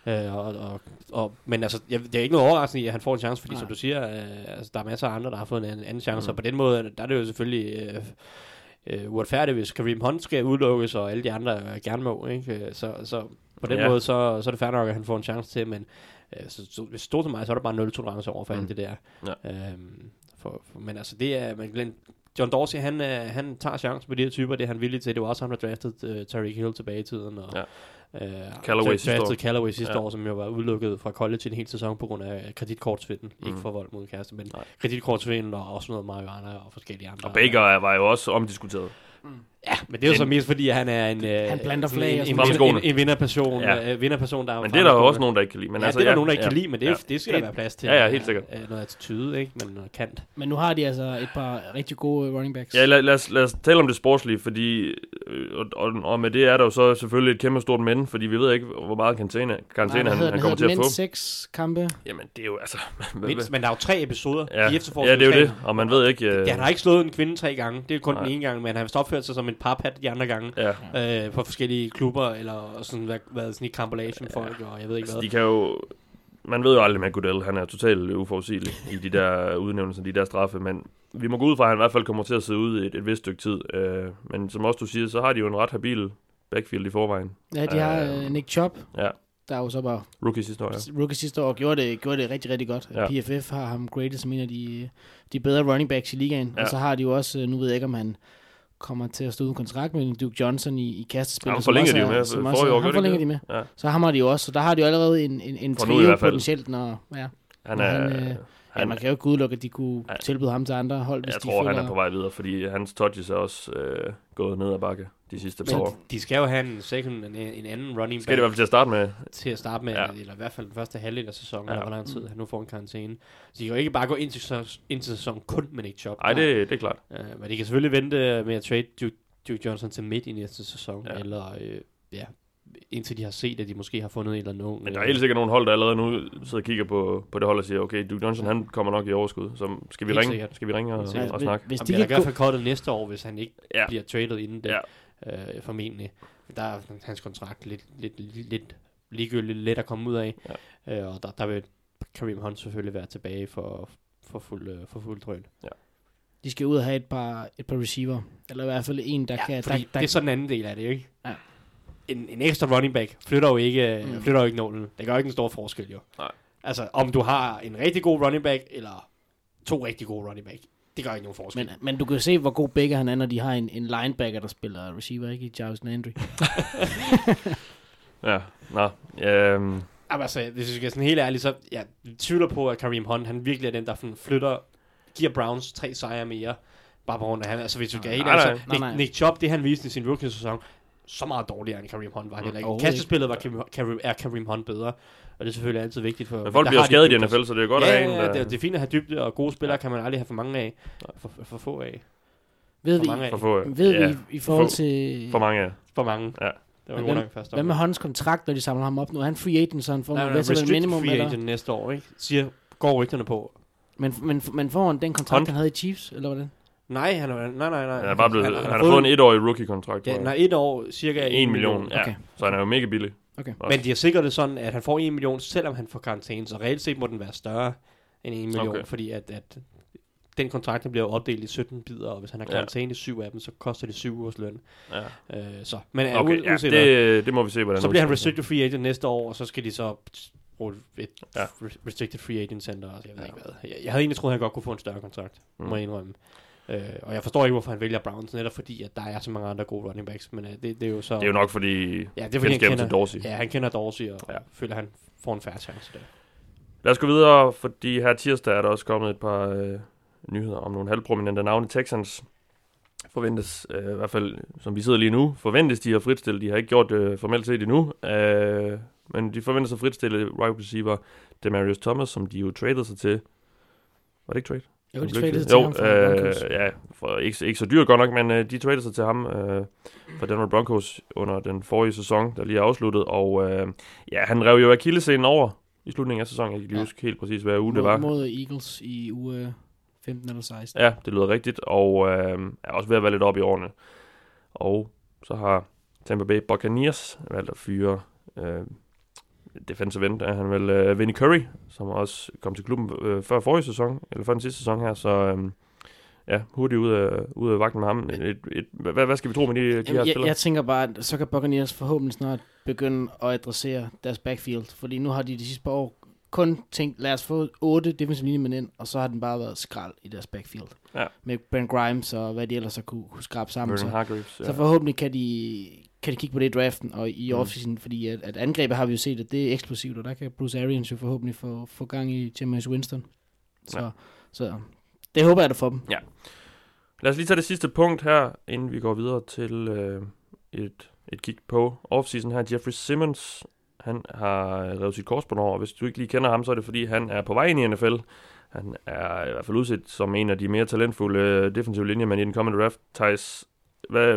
Men altså, det er ikke noget overraskende i, at han får en chance, fordi som du siger, altså, der er masser af andre, der har fået en anden chance, og på den måde, der er det jo selvfølgelig uretfærdigt, hvis Kareem Hunt skal udelukkes, og alle de andre gerne må, ikke? Så på den måde, så er det fair nok, at han får en chance til, men hvis det stod til mig, så er der bare 0 tolerance over for alt det der. Ja. Men altså, det er... John Dorsey, han tager chancen på de her typer, det er han villig til. Det var også ham, der draftede Tyreek Hill tilbage i tiden, og Callaway sidste år, som jo var udelukket fra college i en hel sæson på grund af kreditkortsvindel. Ikke for vold mod kæreste, men kreditkortsvindel og også noget marihuana og forskellige andre. Og Baker var jo også omdiskuteret. Ja, men det er jo så mest fordi, at han er han blander flag en vinderperson, vinderperson, der men det er der jo også nogen, der ikke kan lide. Men det er der nogen, der ikke kan lide, men det skal der være plads til. Ja, helt sikkert. Noget attitude, ikke? Men noget kant. Men nu har de altså et par rigtig gode running backs. Ja, lad os tale om det sportslige, fordi og med det er der jo så selvfølgelig et kæmpe stort men, fordi vi ved ikke, hvor meget karantæne han kommer til at få. Mindst 6 kampe. Jamen, det er jo altså... Men der er jo 3 episoder i efterforskningen. Ja, det er jo det, og man ved ikke... Han har ikke slået en kvinde 3 gange, det er kun den ene gang, men han har opført sig som en parpat de andre gange på forskellige klubber, eller sådan været sådan i compilation folk, og jeg ved ikke hvad. De kan jo... Man ved jo aldrig med Goodell, han er totalt uforudsigelig i de der udnævnelser, de der straffe, men vi må gå ud fra, at han i hvert fald kommer til at sidde ude et vist stykke tid. Men som også du siger, så har de jo en ret habil backfield i forvejen. Ja, de har Nick Chubb, der er jo så bare... Rookie sidste år, gjorde det rigtig, rigtig godt. Ja. PFF har ham graded som en af de bedre running backs i ligaen, og så har de jo også, nu ved jeg ikke, om han kommer til at stå uden kontrakt med Duke Johnson i kastespillet. Han forlænger de jo med. Han forlænger de med. Ja. Så har de jo også. Så der har de jo allerede en trio potentielt, når... Ja. Man kan jo ikke udelukke, at de kunne tilbyde ham til andre hold, hvis jeg tror, han er på vej videre, fordi hans touches er også gået ned ad bakke de sidste par år. De skal jo have en anden running back. Skal det i hvert fald til at starte med? Til at starte med, eller i hvert fald den første halvdel af sæsonen, eller hvor lang tid han nu får en karantæne. Så de kan jo ikke bare gå ind til sæsonen kun med Nick Chubb. Nej, det er klart. Men de kan selvfølgelig vente med at trade Duke Johnson til midt i næste sæson, eller indtil de har set, at de måske har fundet en eller anden. Men der er helt sikkert nogle hold, der allerede nu sidder og kigger på det hold og siger, okay, Duke Johnson, han kommer nok i overskud, så skal vi ringe og snakke. Hvis de kan i hvert fald kortet næste år, hvis han ikke bliver traded inden det, formentlig. Der er hans kontrakt lidt ligegyldigt let at komme ud af, og der vil Kareem Hunt selvfølgelig være tilbage for fuld drøn. Ja. De skal ud og have et par receiver, eller i hvert fald en, der kan... Det er sådan en anden del af det, ikke? Ja. En ekstra running back flytter jo ikke nålen. Det gør ikke en stor forskel, jo. Nej. Altså, om du har en rigtig god running back, eller 2 rigtig gode running back, det gør ikke nogen forskel. Men du kan se, hvor god begge han er, når de har en linebacker, der spiller receiver, ikke? I Jarvis Landry. Altså, hvis vi skal sådan helt ærligt, så jeg tvivler på, at Kareem Hunt, han virkelig er den, der giver Browns 3 sejre mere, bare på grund af han. Altså, hvis vi skal helt ærligt, Nick Chubb, det han viste i sin rookie-sæson, så meget dårligere end Kareem Hunt var det ikke. Kastespillet er Kareem Hunt bedre, og det er selvfølgelig altid vigtigt for... Men folk bliver skadet i NFL, så det er godt at have en... det er fint at have dybde, og gode spillere kan man aldrig have for mange af. For få af. Ved vi i forhold til... For mange af. For mange. Ja. Hvad med Hunts kontrakt, når de samler ham op nu? Er han free agent, så han får noget minimum? Free agent næste år, ikke? Går rygterne på. Men får han den kontrakt, han havde i Chiefs, eller hvordan? Nej. Han har fået en 1-årig rookie-kontrakt. Ja, 1 år, cirka 1 million. Ja. Okay. Så han er jo mega billig. Okay. Men de har sikret det sådan, at han får 1 million, selvom han får karantæne. Så reelt set må den være større end 1 million, fordi at den kontrakt bliver opdelt i 17 bidder, og hvis han har karantæne i 7 af dem, så koster det 7 ugers løn. Ja. Men det må vi se, hvordan så bliver han restricted free agent næste år, og så skal de så restricted free agent center, og jeg ved ikke hvad. Jeg havde egentlig troet, at han godt kunne få en større kontrakt, må jeg indrømme. Og jeg forstår ikke, hvorfor han vælger Browns, netop fordi, at der er så mange andre gode running backs, men det er jo så... Det er jo nok fordi... Ja, det er fordi, han kender Dorsey. Ja, han kender Dorsey, og føler, at han får en færre chance der. Lad os gå videre, fordi her tirsdag er der også kommet et par nyheder om nogle halvprominente navne. Texans forventes, i hvert fald som vi sidder lige nu, forventes de at fritstille. De har ikke gjort det formelt set endnu, men de forventes at fritstille wide receiver Demaryius Thomas, som de jo tradede sig til. Var det ikke trade? Jo, de tradede sig til ham fra Broncos. Ja, for ikke så dyrt godt nok, men de tradede sig til ham fra Denver Broncos under den forrige sæson, der lige er afsluttet. Og han rev jo akillessenen over i slutningen af sæsonen. Jeg kan lige huske helt præcis, hvad uge det var. Mod Eagles i uge 15 eller 16. Ja, det lyder rigtigt, og er også ved at være lidt op i årene. Og så har Tampa Bay Buccaneers valgt at fyre defensive end, er han vel Vinnie Curry, som også kom til klubben før forrige sæson, eller før den sidste sæson her, så hurtigt ud af vagten med ham. Hvad skal vi tro med de her spillere? Jeg tænker bare, at så kan Buccaneers forhåbentlig snart begynde at adressere deres backfield, fordi nu har de sidste par år kun tænkt, lad os få 8 defensive linjemænd ind, og så har den bare været skrald i deres backfield. Ja. Med Brent Grimes og hvad de ellers har kunne skrabe sammen. Så forhåbentlig kan de kigge på det i draften og i offseason, fordi at angrebet har vi jo set, at det er eksplosivt, og der kan Bruce Arians jo forhåbentlig få gang i Jameis Winston. Så det håber jeg da for dem. Ja. Lad os lige tage det sidste punkt her, inden vi går videre til et kig på offseason her. Jeffrey Simmons, han har revet sit korsbånd over, og hvis du ikke lige kender ham, så er det fordi, han er på vej ind i NFL. Han er i hvert fald udset som en af de mere talentfulde defensive linjemænd i den kommende draft. Thijs, hvad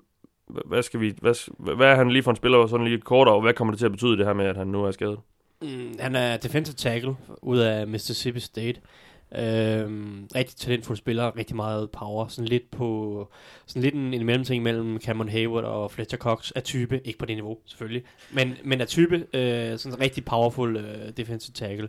er han lige for en spiller, sådan lige kort, og hvad kommer det til at betyde det her med, at han nu er skadet? Han er defensive tackle ud af Mississippi State. Rigtig talentfuld spiller, rigtig meget power, sådan lidt en mellemting mellem Cameron Hayward og Fletcher Cox af type, ikke på det niveau selvfølgelig, men af type, sådan en rigtig powerful defensive tackle.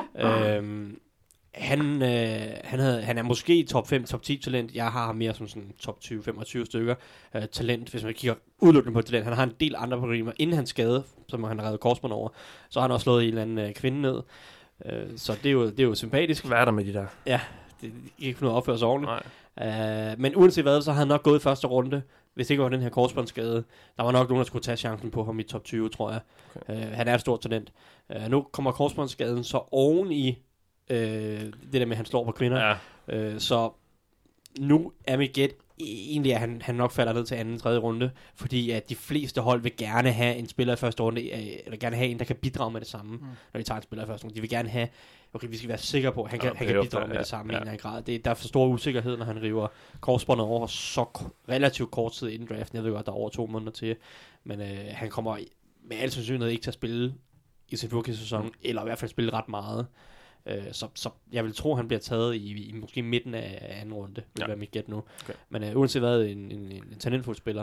Han er måske top 5, top 10 talent. Jeg har ham mere som sådan top 20-25 stykker talent, hvis man kigger udelukkende på talent. Han har en del andre problemer inden hans skade, som han har reddet korsbånd over. Så har han også slået en eller anden kvinde ned. Så det er jo sympatisk. Hvad er der med de der? Ja, det er ikke noget at opføre sig ordentligt. Men uanset hvad, så har han nok gået i første runde. Hvis det ikke var den her korsbåndsskade, der var nok nogen, der skulle tage chancen på ham i top 20, tror jeg. Okay. Han er et stort talent. Nu kommer korsbåndsskaden så oven i det der med, at han slår på kvinder. Ja. Så nu er mit gæt egentlig, at han nok falder ned til anden, tredje runde, fordi at de fleste hold vil gerne have en spiller i første runde, eller gerne have en, der kan bidrage med det samme, når de tager en spiller i første runde. De vil gerne have, okay, vi skal være sikre på, at han kan bidrage med det samme i en eller anden grad. Der er for stor usikkerhed, når han river korsbåndet over så relativt kort tid inden draften. Jeg ved godt, der er over 2 måneder til, men han kommer med al sandsynlighed ikke til at spille i sin rookie-sæson, eller i hvert fald spille ret meget. Så jeg vil tro, han bliver taget i måske midten af anden runde. Det vil være mit gæt nu. Okay. Men uanset hvad, en talentfuld spiller.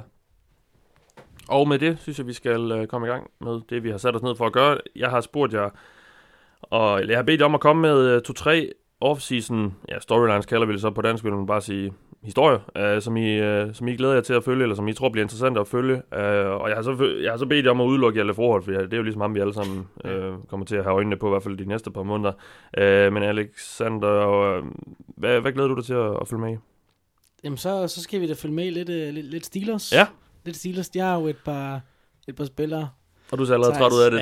Og med det, synes jeg, vi skal komme i gang med det, vi har sat os ned for at gøre. Jeg har spurgt jer, og jeg har bedt jer om at komme med 2-3 off-season, storylines kalder vi det så på dansk, vil man bare sige historier, som I glæder jer til at følge, eller som I tror bliver interessant at følge. Og jeg har så bedt jer om at udelukke alle forhold, for det er jo ligesom ham, vi alle sammen kommer til at have øjnene på, i hvert fald de næste par måneder. Men Alexander, hvad glæder du dig til at følge med i? Jamen, så skal vi da følge med i lidt Steelers. Ja. Lidt Steelers. De har jo et par spillere. Og du er allerede træt ud af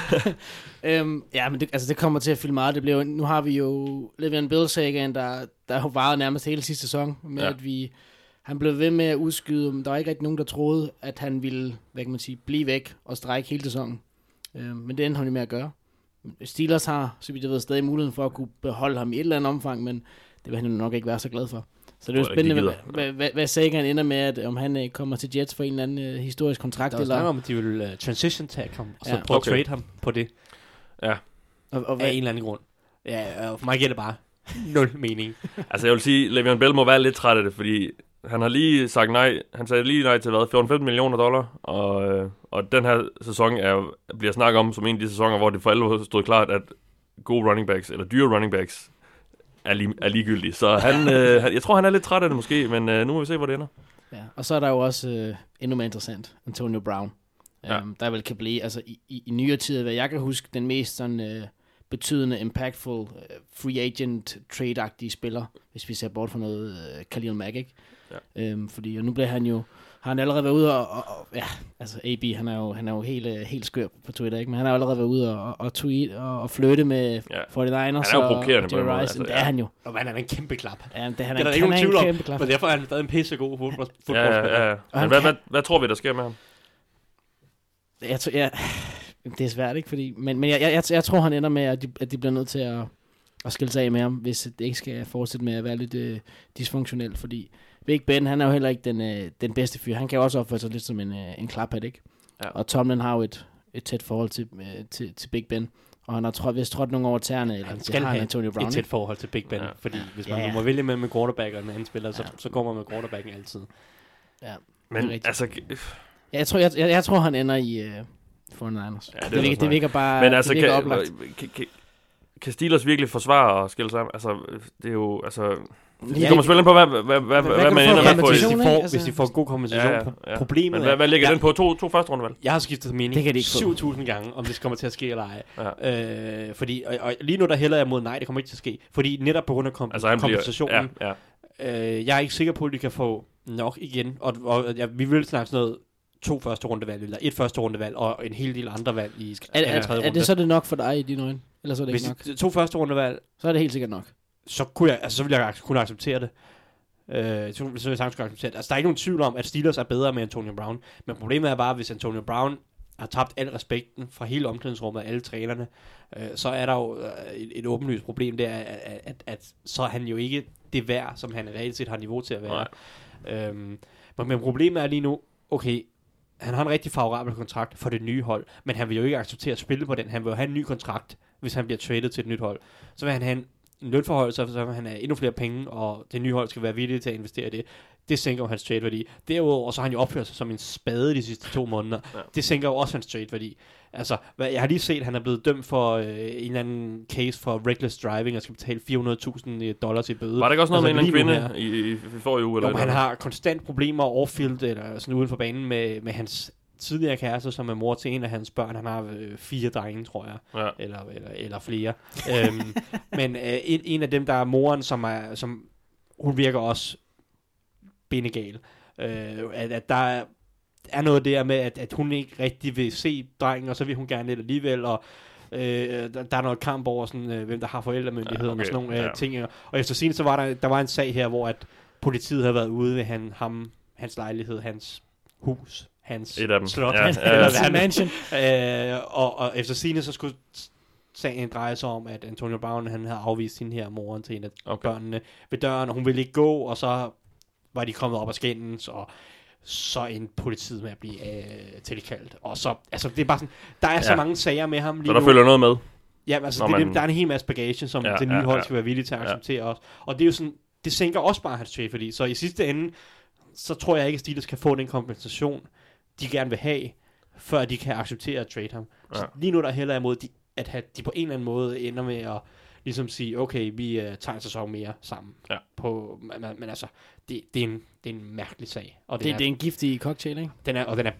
det. Ja, men det kommer til at fylde meget. Nu har vi jo Le'Veon Bell-sagaen, der har varet nærmest hele sidste sæson, med at han blev ved med at udskyde, men der var ikke rigtig nogen, der troede, at han ville, hvad kan man sige, blive væk og strække hele sæsonen. Men det endte han med at gøre. Steelers har, så vidt jeg ved, stadig muligheden for at kunne beholde ham i et eller andet omfang, men det vil han nok ikke være så glad for. Så det er jo spændende, hvad Sagan ender med, at om han kommer til Jets for en eller anden historisk kontrakt. Der er snakker om, at de vil transition tag ham, og så prøve at trade ham på det. Ja. Og af en eller anden grund. Ja, og for mig gælder det bare 0 mening. Altså jeg vil sige, Le'Veon Bell må være lidt træt af det, fordi han har lige sagt nej. Han sagde lige nej til $14-15 million, og den her sæson bliver snakket om som en af de sæsoner, hvor det for alvor stod klart, at gode running backs, eller dyre running backs, er ligegyldig. Så jeg tror, han er lidt træt af det måske, men nu må vi se, hvor det ender. Ja, og så er der jo også endnu mere interessant, Antonio Brown. Der vel kan blive, altså i nyere tid, hvad jeg kan huske, den mest sådan betydende, impactful, free agent trade-agtige spiller, hvis vi ser bort fra noget Khalil Mack, ikke? Ja. Fordi nu bliver han jo, har han allerede været ude og ja, altså AB, han er jo helt skør på Twitter, ikke? Men han har allerede været ude og tweet og flytte med 49ers. Han er jo provokerende på den måde. Altså, det er han jo. Og han er en kæmpe klap. Ja, det er der ikke nogen tvivl om, men derfor er han stadig en pissegod fodboldspiller. Ja. Men hvad tror vi, der sker med ham? Det er svært, ikke? Fordi, men jeg tror, han ender med, at de bliver nødt til at skille sig af med ham, hvis det ikke skal fortsætte med at være lidt dysfunktionelt, fordi Big Ben, han er jo heller ikke den bedste fyr. Han kan jo også opføre sig lidt som en klaphat, ikke? Ja. Og Tomlin har jo et tæt forhold til Big Ben, og han har vist trådt nogle over tæerne, eller han skal have Antonio Brown, et tæt forhold til Big Ben, fordi hvis man må vælge med quarterback og en anden spiller, så går man med quarterbacken altid. Ja, men altså... Jeg tror, han ender i 49ers. Ja, det virker bare... Men altså, kan Steelers virkelig forsvare at skille sig? Altså, det er jo... Altså, de kommer spille på, hvad man ender med på. Hvis de får god kompensation. Problemet men hvad ligger den på? To første rundevalg? Jeg har skiftet mening 7.000 gange, om det kommer til at ske eller ej. Fordi, og lige nu der hælder jeg mod nej, det kommer ikke til at ske. Fordi netop på grund af kompensationen, jeg er ikke sikker på, at de kan få nok igen. Og vi vil snakke sådan noget 2 første rundevalg, eller 1 første rundevalg, og en hel del andre valg i tredje runde. Er det så det nok for dig i dine øjne? Eller så er det ikke nok? 2 første rundevalg, så er det helt sikkert nok. Så ville jeg kunne acceptere det. Så vil jeg sagtens kunne acceptere det. Altså, der er ikke nogen tvivl om, at Steelers er bedre med Antonio Brown. Men problemet er bare, hvis Antonio Brown har tabt al respekten fra hele omklædningsrummet af alle trænerne, så er der jo et åbenlyst problem der, at så er han jo ikke det værd, som han reelt set har niveau til at være. Men problemet er lige nu, okay, han har en rigtig favorabel kontrakt for det nye hold, men han vil jo ikke acceptere at spille på den. Han vil jo have en ny kontrakt, hvis han bliver traded til et nyt hold. Så vil han have en lønforhold, så vil han have endnu flere penge, og det nye hold skal være villige til at investere i det. Det sænker jo hans trade-værdi. Derudover så har han jo opført sig som en spade de sidste 2 måneder. Ja. Det sænker jo også hans trade-værdi. Altså, jeg har lige set, at han er blevet dømt for en eller anden case for reckless driving, og skal betale $400,000 i bøde. Var det ikke også noget med en kvinde i forrige uge? Eller han har konstant problemer off-field, eller sådan uden for banen, med hans tidligere kæreste, som er mor til en af hans børn. Han har 4 drenge, tror jeg. Ja. Eller flere. Men en af dem, der er moren, som hun virker også benegal. At der er noget der med, at hun ikke rigtig vil se drengen, og så vil hun gerne lidt alligevel, og der er noget kamp over, sådan, hvem der har forældremyndigheden og sådan nogle ting. Og efter sin, så var der var en sag her, hvor at politiet havde været ude ved hans lejlighed, hans hus, hans slot, eller mansion. Og efter sine, så skulle sagen dreje sig om, at Antonio Brown, han havde afvist sin her moren til en af børnene ved døren, og hun ville ikke gå, og så var de kommet op af skændes, og så endte politiet med at blive tilkaldt. Og så, altså det er bare sådan, der er så mange sager med ham lige så der følger noget med? Ja, altså der er en hel masse bagage, som det nye hold skal være villige til at acceptere også. Og det er jo sådan, det sænker også bare hans trade, fordi så i sidste ende, så tror jeg ikke, at Steelers kan få den kompensation, de gerne vil have, før de kan acceptere at trade ham. Ja. Så lige nu der hælder jeg imod, at de på en eller anden måde ender med at ligesom sige, okay, vi tager en sæson mere sammen. Ja. Men altså, det er en mærkelig sag. Og det er en giftig cocktail, ikke? Den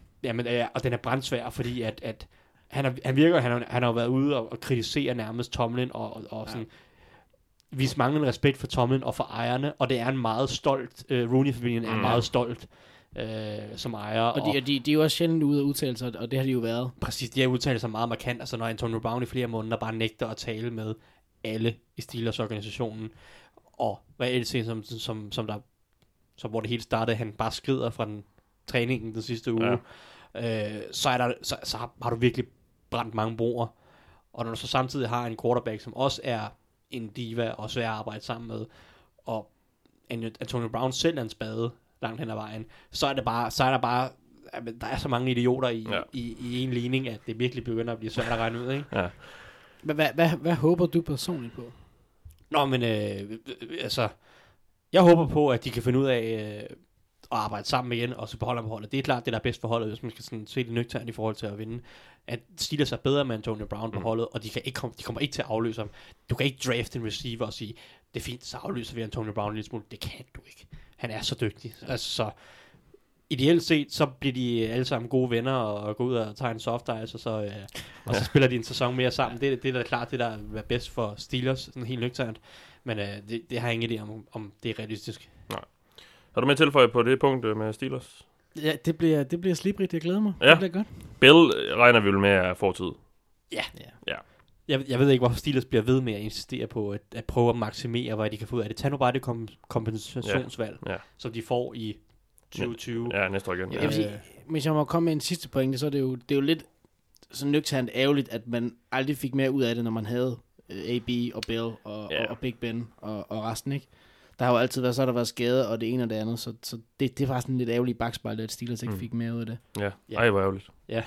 er brandsvær, fordi at han virker, han har jo været ude og kritisere nærmest Tomlin og sådan vise manglende respekt for Tomlin og for ejerne, og det er en meget stolt, Rooney-familien er meget stolt som ejer. Og de er jo også sjældent ude at udtale sig, og det har de jo været. Præcis, de har udtalt sig meget markant, altså når Antonio Brown i flere måneder bare nægter at tale med alle i Steelers organisationen, og reelt set som hvor det hele startede, han bare skrider fra den træningen den sidste uge, så har du virkelig brændt mange broer. Og når du så samtidig har en quarterback, som også er en diva og svær at arbejde sammen med, og Antonio Brown selv er en spade langt hen ad vejen, så er der bare der er så mange idioter i en ligning, at det virkelig begynder at blive svært at regne ud, ikke? Ja. Hvad håber du personligt på? Nå, men altså, jeg håber på, at de kan finde ud af at arbejde sammen igen, og så beholde på holdet. Det er klart, det der er bedst for holdet, hvis man skal sådan se det nøgternt i forhold til at vinde. At Steelers er bedre med Antonio Brown på holdet, og de kommer ikke til at afløse ham. Du kan ikke drafte en receiver og sige, det er fint, så afløser vi Antonio Brown en lille smule. Det kan du ikke. Han er så dygtig. Altså, så ideelt set, så bliver de alle sammen gode venner og går ud og tager en soft ice, og så spiller de en sæson mere sammen. Det er da klart, det der er bedst for Steelers, sådan helt nøgternt. Men det har jeg ingen idé om det er realistisk. Nej. Har du med tilføje på det punkt med Steelers? Ja, det bliver slibrigt, jeg glæder mig. Ja. Det bliver godt. Bill regner vi vel med af fortid. Ja. Ja. Jeg ved ikke, hvorfor Steelers bliver ved med at insistere på at prøve at maksimere, hvad de kan få ud af det. Tag nu bare det kompensationsvalg, som de får i 2020. Ja, næste år igen. Jeg vil sige, hvis jeg må komme med en sidste pointe, så er det er jo lidt så nøgternt ærgerligt, at man aldrig fik mere ud af det, når man havde AB og Bill og Big Ben og resten, ikke? Der har jo altid været, så har der været skader, og det ene og det andet, så det var sådan lidt ærgerligt bagspejl, at Steelers ikke fik mere ud af det. Ja, ej, hvor ærgerligt. Ja.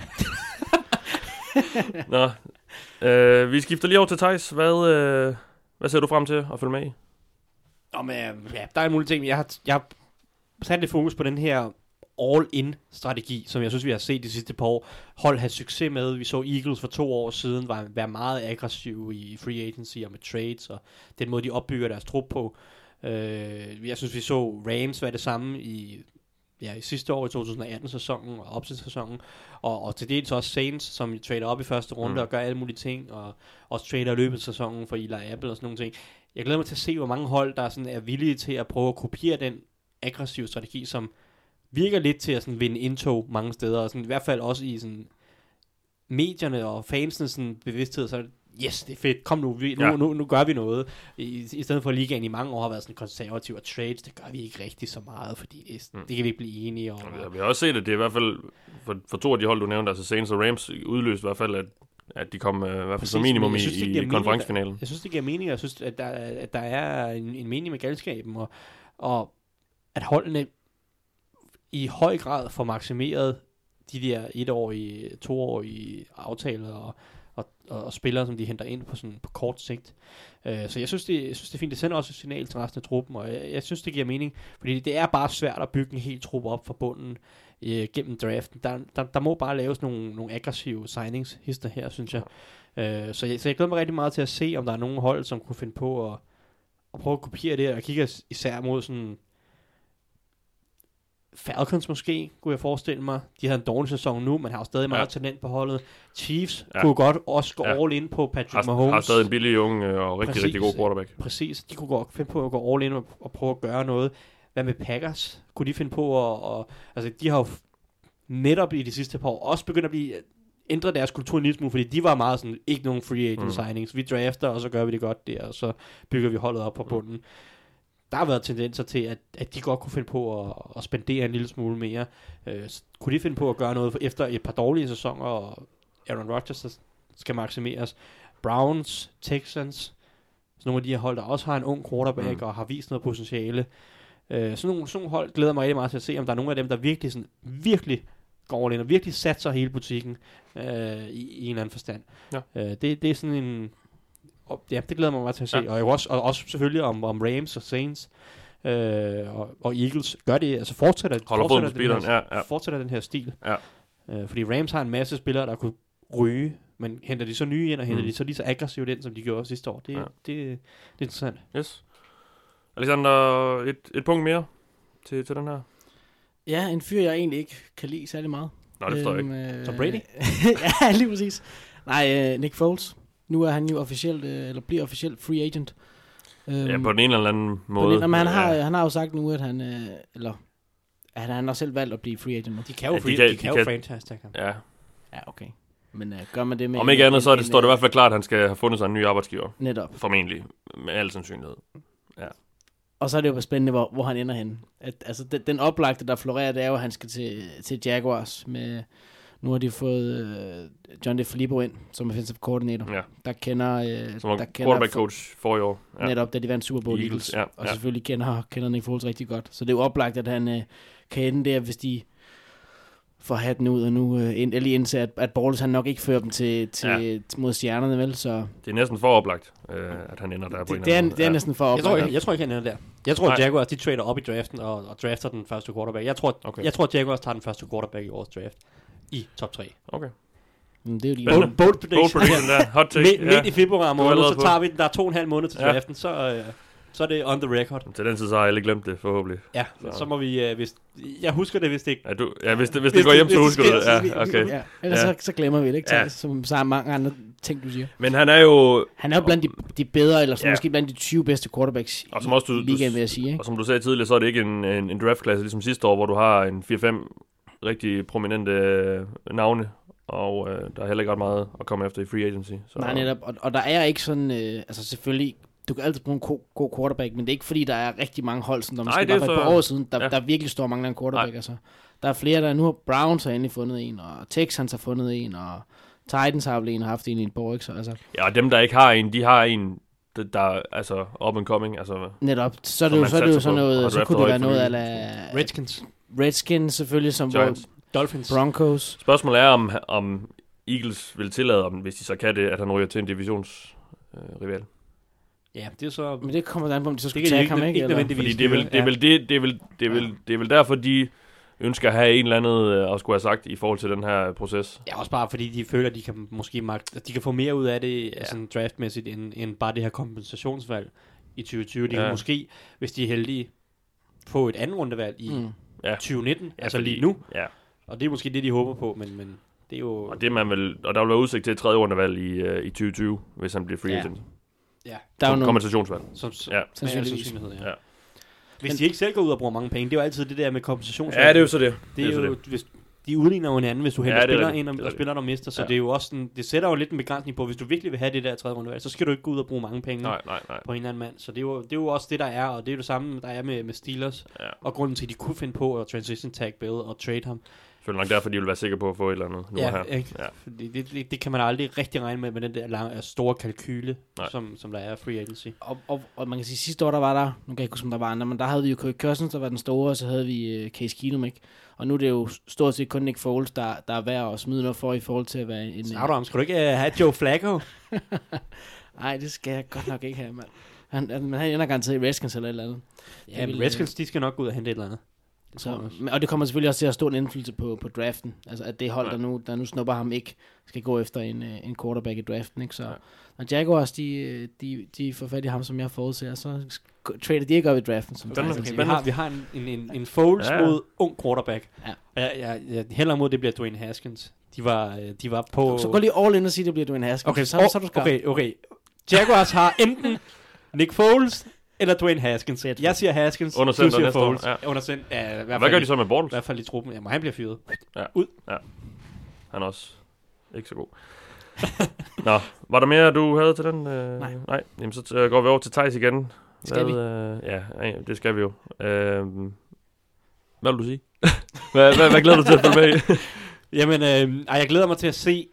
Nå, vi skifter lige over til Theis. Hvad ser du frem til at følge med i? Der er en mulig ting. Jeg har sat lidt fokus på den her all-in-strategi, som jeg synes, vi har set de sidste par år. Hold have succes med. Vi så Eagles for 2 år siden være meget aggressive i free agency og med trades, og den måde, de opbygger deres trup på. Jeg synes, vi så Rams være det samme i sidste år i 2018-sæsonen og opsætningssæsonen, og til dels også Saints, som trader op i første runde og gør alle mulige ting, og også trader i løbet af sæsonen for Eli Apple og sådan nogle ting. Jeg glæder mig til at se, hvor mange hold, der sådan er villige til at prøve at kopiere den aggressive strategi, som virker lidt til at sådan vinde indtog mange steder, og sådan, i hvert fald også i sådan medierne og fansene sådan bevidsthed, så yes, det er fedt, kom nu, nu gør vi noget. I stedet for, at ligaen i mange år har været sådan konservativ og trades, det gør vi ikke rigtig så meget, fordi det kan vi ikke blive enige om. Ja, vi har også set, at det er i hvert fald, for 2 af de hold, du nævnte, altså Saints og Rams, udløste i hvert fald, at de kom i hvert fald som minimum i konferencefinalen. Jeg synes, det giver mening, jeg synes, at der er en mening med galskaben, og at holdene i høj grad får maksimeret de der 1-årige, 2-årige aftaler og spillere, som de henter ind på kort sigt. Så jeg synes, det er fint. Det sender også et signal til resten af truppen, og jeg synes, det giver mening, fordi det er bare svært at bygge en hel trup op fra bunden gennem draften. Der må bare laves nogle aggressive signingshister her, synes jeg. Så jeg glæder mig rigtig meget til at se, om der er nogen hold, som kunne finde på at prøve at kopiere det, og kigger især mod sådan Falcons måske, kunne jeg forestille mig. De havde en dårlig sæson nu, men har stadig meget talent på holdet. Chiefs kunne godt også gå all in på Patrick Mahomes. Har stadig en billig unge og rigtig god quarterback. Præcis. De kunne godt finde på at gå all in og prøve at gøre noget. Hvad med Packers? Kunne de finde på at altså, de har jo netop i de sidste par år også begyndt at ændre deres kultur en lille smule, fordi de var meget sådan, ikke nogen free agent signings. Vi drafter, og så gør vi det godt der, og så bygger vi holdet op på bunden. Der har været tendenser til, at de godt kunne finde på at spendere en lille smule mere. Kunne de finde på at gøre noget efter et par dårlige sæsoner, og Aaron Rodgers skal maksimeres. Browns, Texans, sådan nogle af de her hold, der også har en ung quarterback og har vist noget potentiale. Sådan nogle hold glæder mig rigtig meget til at se, om der er nogle af dem, der virkelig går ind og virkelig satser hele butikken i en eller anden forstand. Ja. Det er sådan en... Ja, det glæder mig meget til at se. Ja. Og også selvfølgelig om Rams og Saints og Eagles gør det, altså fortsætter den her stil. Ja. Fordi Rams har en masse spillere, der kunne ryge, men henter de så nye ind, og henter de så lige så aggressivt ind, som de gjorde sidste år. Det er interessant. Yes. Alexander, et punkt mere til den her. Ja, en fyr, jeg egentlig ikke kan lide særlig meget. Nå, det forstår jeg ikke. Tom Brady? Ja, lige præcis. Nej, Nick Foles. Nu er han jo officielt, eller bliver officielt free agent. Ja, på den ene eller anden måde. Han har jo sagt nu, at han, han har selv valgt at blive free agent nu. De kan jo franchise tag ham. Ja. Ja, okay. Men gør man det med... Om ikke andet, så står det i hvert fald klart, at han skal have fundet sig en ny arbejdsgiver. Netop. Formentlig. Med al sandsynlighed. Ja. Og så er det jo spændende, hvor han ender hen. Altså, den oplagte, der florerer, det er jo, at han skal til Jaguars med... Nu har de fået John DeFilippo ind, som offensive coordinator. Ja. Der kender... som var quarterback coach for i år. Ja. Netop, da de vandt Super Bowl Eagles. Ja. Og selvfølgelig kender Nick Foles rigtig godt. Så det er jo oplagt, at han kan ende der, hvis de får hatten ud, og nu endelig indser, at Bortles han nok ikke fører dem til mod stjernerne, vel? Så det er næsten for oplagt, at han ender der på en eller anden. Det er næsten for oplagt. Jeg tror ikke, han ender der. Jeg tror, at Jaguars, de trader op i draften og drafter den første quarterback. Jeg tror, at Jaguars tager den første quarterback i årets draft. I top 3. Okay. Det er jo lige bold prediction der. Hot take. Midt i februar måned, så tager vi den. Der er 2,5 måneder til draften, så Så er det on the record. Til den tid, så har jeg ikke glemt det, forhåbentlig. Ja, så må vi... jeg husker det, hvis det ikke... Ja, hvis det går hjem, så husker du det. Ja, okay. Ja, ellers så glemmer vi det, ikke? Ja. Som så er mange andre ting, du siger. Men han er jo blandt de bedre, eller måske blandt de 20 bedste quarterbacks og som også i ligaen, vil jeg sige. Ikke? Og som du sagde tidligere, så er det ikke en draftklasse, ligesom sidste år, hvor du har en 4-5 rigtig prominente navne. Og der er heller ikke ret meget at komme efter i free agency. Så. Nej, netop. Og der er ikke sådan... altså selvfølgelig... Du kan altid bruge en god quarterback, men det er ikke fordi, der er rigtig mange hold, som der måske var for et par år siden, der virkelig står mange af en quarterback. Altså. Der er flere, der nu har Browns har endelig fundet en, og Texans har fundet en, og Titans har vel haft en i et par år, ikke? Så, altså. Ja, og dem, der ikke har en, de har en, der er altså up and coming. Altså, netop. Så er det jo sådan noget, så kunne det være noget af Redskins selvfølgelig, som Dolphins. Broncos. Spørgsmålet er, om Eagles vil tillade ham, hvis de så kan det, at han ryger til en divisionsrival. Ja, det er så... Men det kommer an på, om de så skal tage ham, ikke? Fordi det er vel derfor, de ønsker at have en eller andet at skulle have sagt i forhold til den her proces. Ja, også bare fordi de føler, at de kan måske de kan få mere ud af det sådan draftmæssigt, end bare det her kompensationsvalg i 2020. De kan måske, hvis de er heldige, få et andet rundevalg i 2019, altså lige nu. Ja. Og det er måske det, de håber på, men det er jo... Og der vil være udsigt til et tredje rundevalg i 2020, hvis han bliver free agent. Ja. Der er kompensationsvalg. Sandsynligvis. Ja. Hvis de ikke selv går ud og bruger mange penge, det er jo altid det der med kompensationsvalg. Ja, det er jo så det. Det er jo, hvis de udligner jo hinanden, hvis du henter spiller ind og spiller, der mister. Så det er jo også sådan, det sætter jo lidt en begrænsning på, hvis du virkelig vil have det der tredje rundevalg, så skal du ikke gå ud og bruge mange penge på en eller anden mand. Så det er jo også det, der er, og det er det samme, der er med Steelers. Ja. Og grunden til, at de kunne finde på at transition tag Bill og trade ham. Jeg føler nok derfor, de vil være sikre på at få et eller andet nu her. Ikke? Ja, fordi det kan man aldrig rigtig regne med den der store kalkyle, som der er free agency. Og man kan sige, sidste år der var der, nu kan jeg ikke huske, om der var andre, men der havde vi jo Kirk Cousins, der var den store, og så havde vi Case Keenum, ikke? Og nu er det jo stort set kun Nick Foles, der er værd at smide noget for i forhold til at være en... Skal du ikke have Joe Flacco? Nej, det skal jeg godt nok ikke have, mand. Han ender garanteret i Redskins eller et eller andet. Ja, men Redskins, de skal nok gå ud og hente et eller andet. Så, og det kommer selvfølgelig også til at stå en indflydelse på draften. Altså at det hold, der nu snupper ham ikke, skal gå efter en quarterback i draften. Ikke? Så når Jaguars, de får fat i ham, som jeg forudser, så trader de ikke op i draften. Som vi har en Foles mod ung quarterback. Ja. Og jeg hælder mod, det bliver Dwayne Haskins. De var på... Så gå lige all in og sige, det bliver Dwayne Haskins. Okay, så du skal. Okay. Jaguars har enten Nick Foles eller Dwayne Haskins. Jeg siger Haskins. Under center næste år. Ja. Under center. Hvad gør de så med Bortles? I hvert fald i truppen. Ja, han bliver fyret. Ja. Ud. Ja. Han er også ikke så god. Nå, var der mere, du havde til den? Nej. Jamen, så går vi over til Theis igen. Skal vi? Ja, det skal vi jo. Hvad vil du sige? hvad glæder du til at følge med i? Jamen, jeg glæder mig til at se.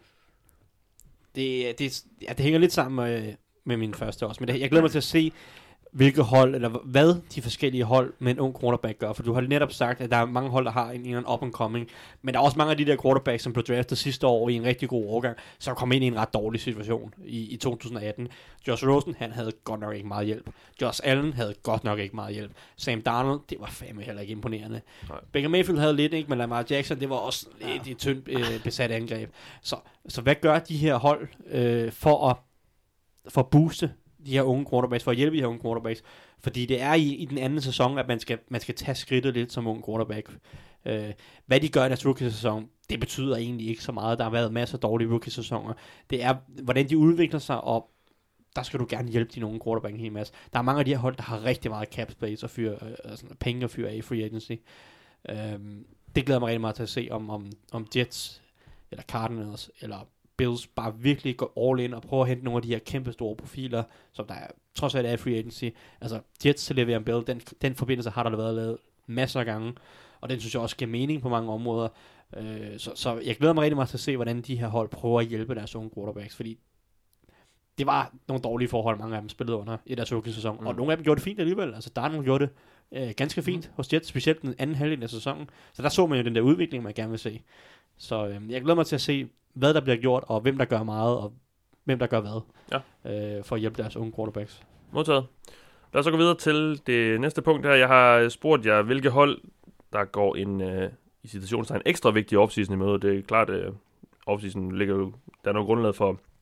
Det hænger lidt sammen med min første også. Men jeg glæder mig til at se, hvilke hold, eller hvad de forskellige hold med en ung quarterback gør. For du har netop sagt, at der er mange hold, der har en up and coming. Men der er også mange af de der quarterbacks, som blev draftet sidste år i en rigtig god årgang, som kom ind i en ret dårlig situation i 2018. Josh Rosen, han havde godt nok ikke meget hjælp. Josh Allen havde godt nok ikke meget hjælp. Sam Darnold, det var fandme heller ikke imponerende. Baker Mayfield havde lidt, ikke, men Lamar Jackson, det var også et tyndt besat angreb. Så hvad gør de her hold for at booste de her unge quarterbacks, for at hjælpe de her unge quarterbacks? Fordi det er i den anden sæson, at man skal tage skridtet lidt som ung quarterback. Hvad de gør i deres rookie-sæson, det betyder egentlig ikke så meget. Der har været masser af dårlige rookie-sæsoner. Det er, hvordan de udvikler sig, og der skal du gerne hjælpe de unge quarterback en hel masse. Der er mange af de her hold, der har rigtig meget cap space og penge at fyre af i free agency. Det glæder mig rigtig meget til at se, om Jets, eller Cardinals, eller Bills bare virkelig går all in og prøver at hente nogle af de her kæmpe store profiler, som der trods alt er free agency. Altså Jets til Le'Veon Bell, den forbindelse har der været lavet masser af gange, og den synes jeg også giver mening på mange områder. Så jeg glæder mig rigtig meget til at se, hvordan de her hold prøver at hjælpe deres unge quarterbacks, fordi det var nogle dårlige forhold, mange af dem spillede under i deres rookie-sæson, og nogle af dem gjorde det fint alligevel. Altså der er nogle, gjorde det ganske fint hos Jets, specielt den anden halvdel af sæsonen. Så der så man jo den der udvikling, man gerne vil se. Så jeg glæder mig til at se, hvad der bliver gjort, og hvem der gør meget, og hvem der gør hvad, for at hjælpe deres unge quarterbacks. Modtaget. Lad os så gå videre til det næste punkt her. Jeg har spurgt jer, hvilke hold, der går en i situationstegn ekstra vigtig offseason i møde. Det er klart, offseason ligger jo, der er noget grundlag for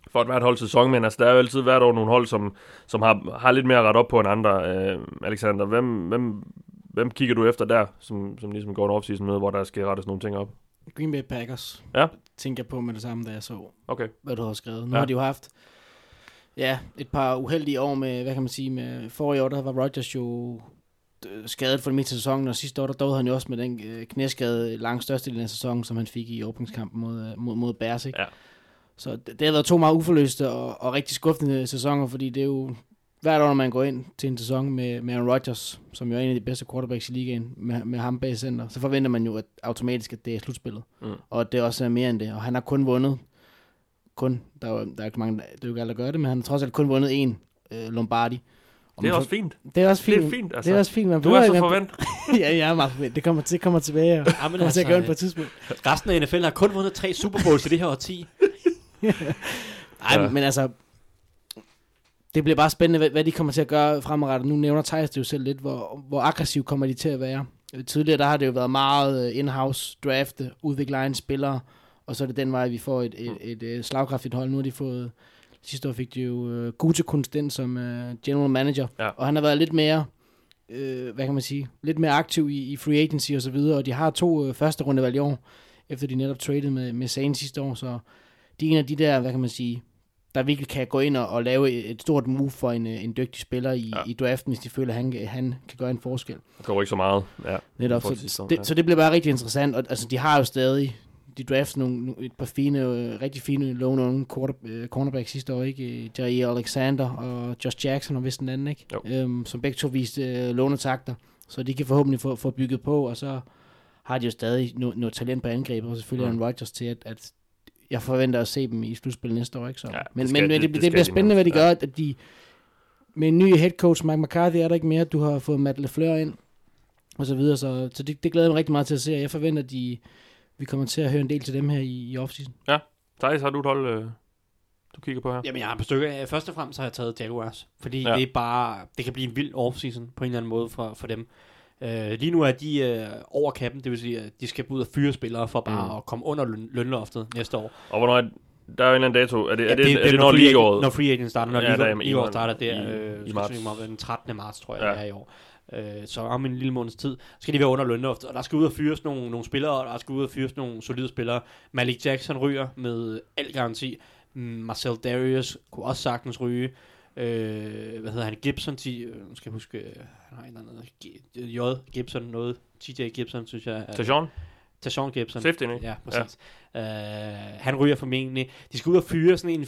for hvert hold sæson, men altså, der er jo altid hvert år nogle hold, som har lidt mere ret op på end andre. Alexander, hvem kigger du efter der, som ligesom går en off-season med, hvor der skal rettes nogle ting op? Green Bay Packers. Ja. Tænker jeg på med det samme, da jeg så, hvad du har skrevet. Nu ja. har de jo haft et par uheldige år med, hvad kan man sige, med forrige år, der var Rodgers jo skadet for det meste af sæsonen, og sidste år, der døde han jo også med den knæskade langt største del af sæsonen, som han fik i åbningskampen mod Bears, ikke? Ja. Så det har været 2 meget uforløste og rigtig skuffende sæsoner, fordi det er jo hvert år, når man går ind til en sæson med Aaron Rodgers, som jo er en af de bedste quarterbacks i ligaen, med ham bag center, så forventer man jo automatisk, at det er slutspillet. Og det også er mere end det. Og han har kun vundet, der er ikke mange, det er jo ikke alle, der gør det, men han har trods alt kun vundet 1 Lombardi. Det er også fint. Det er også fint. Det er fint, altså. Det er også fint. Du er så forventet. Ja, jeg er meget forventet. Det kommer tilbage, og kommer til at gøre det på et tidspunkt. Resten af NFL har kun vundet 3 Super Bowls i det her årti. Men altså, det bliver bare spændende, hvad de kommer til at gøre fremadrettet. Nu nævner Theis det jo selv lidt, hvor aggressiv kommer de til at være. Tidligere, der har det jo været meget in-house drafte, udvikle egne spillere, og så er det den vej, vi får et slagkraftigt hold. Nu har de fået, sidste år fik de jo Gutekunst ind som general manager, og han har været lidt mere, hvad kan man sige, lidt mere aktiv i free agency og så videre, og de har 2 første rundevalg i år, efter de netop traded med Saints sidste år, så de er en af de der, hvad kan man sige, der virkelig kan gå ind og lave et stort move for en dygtig spiller i draften, hvis de føler, at han kan gøre en forskel. Det går ikke så meget. Ja, netop, så det bliver bare rigtig interessant, og altså, de har jo stadig, de drafter et par fine, rigtig fine, lovende unge cornerbacks sidste år, ikke? Jair Alexander og Josh Jackson og vist den anden, ikke? Som begge to viste lovende takter, så de kan forhåbentlig få bygget på, og så har de jo stadig noget talent på angreb, og selvfølgelig Aaron Rodgers til, at jeg forventer at se dem i slutspil næste år, ikke? Så. Ja, det bliver spændende, hvad de gør, at de med en ny head coach, Mike McCarthy, er der ikke mere, du har fået Matt LaFleur ind, og så videre, så det glæder jeg mig rigtig meget til at se, og jeg forventer, at vi kommer til at høre en del til dem her i offseason. Ja, Theis, har du et hold, du kigger på her? Jamen, jeg har på stykker. Først og fremmest har jeg taget Jaguars, fordi det er bare, det kan blive en vild offseason på en eller anden måde for dem. Lige nu er de over kappen, det vil sige, at de skal ud og fyre spillere for bare at komme under lønloftet næste år. Og hvornår der er jo en eller anden dato. Er det når ligeåret? Når free agent starter, når ligeåret starter i marts. Den 13. marts, tror jeg, det er i år. Så om en lille måneds tid skal de være under lønloftet, og der skal ud og fyres nogle spillere, og der skal ud og fyres nogle solide spillere. Malik Jackson ryger med al garanti. Marcel Darius kunne også sagtens ryge. Hvad hedder han? Gibson, skal jeg huske, han har en eller anden Gibson, noget. TJ Gibson, synes jeg. Tashawn Gibson. Safety, ikke? Ja, præcis. Ja. Han ryger formentlig. De skal ud og fyre sådan en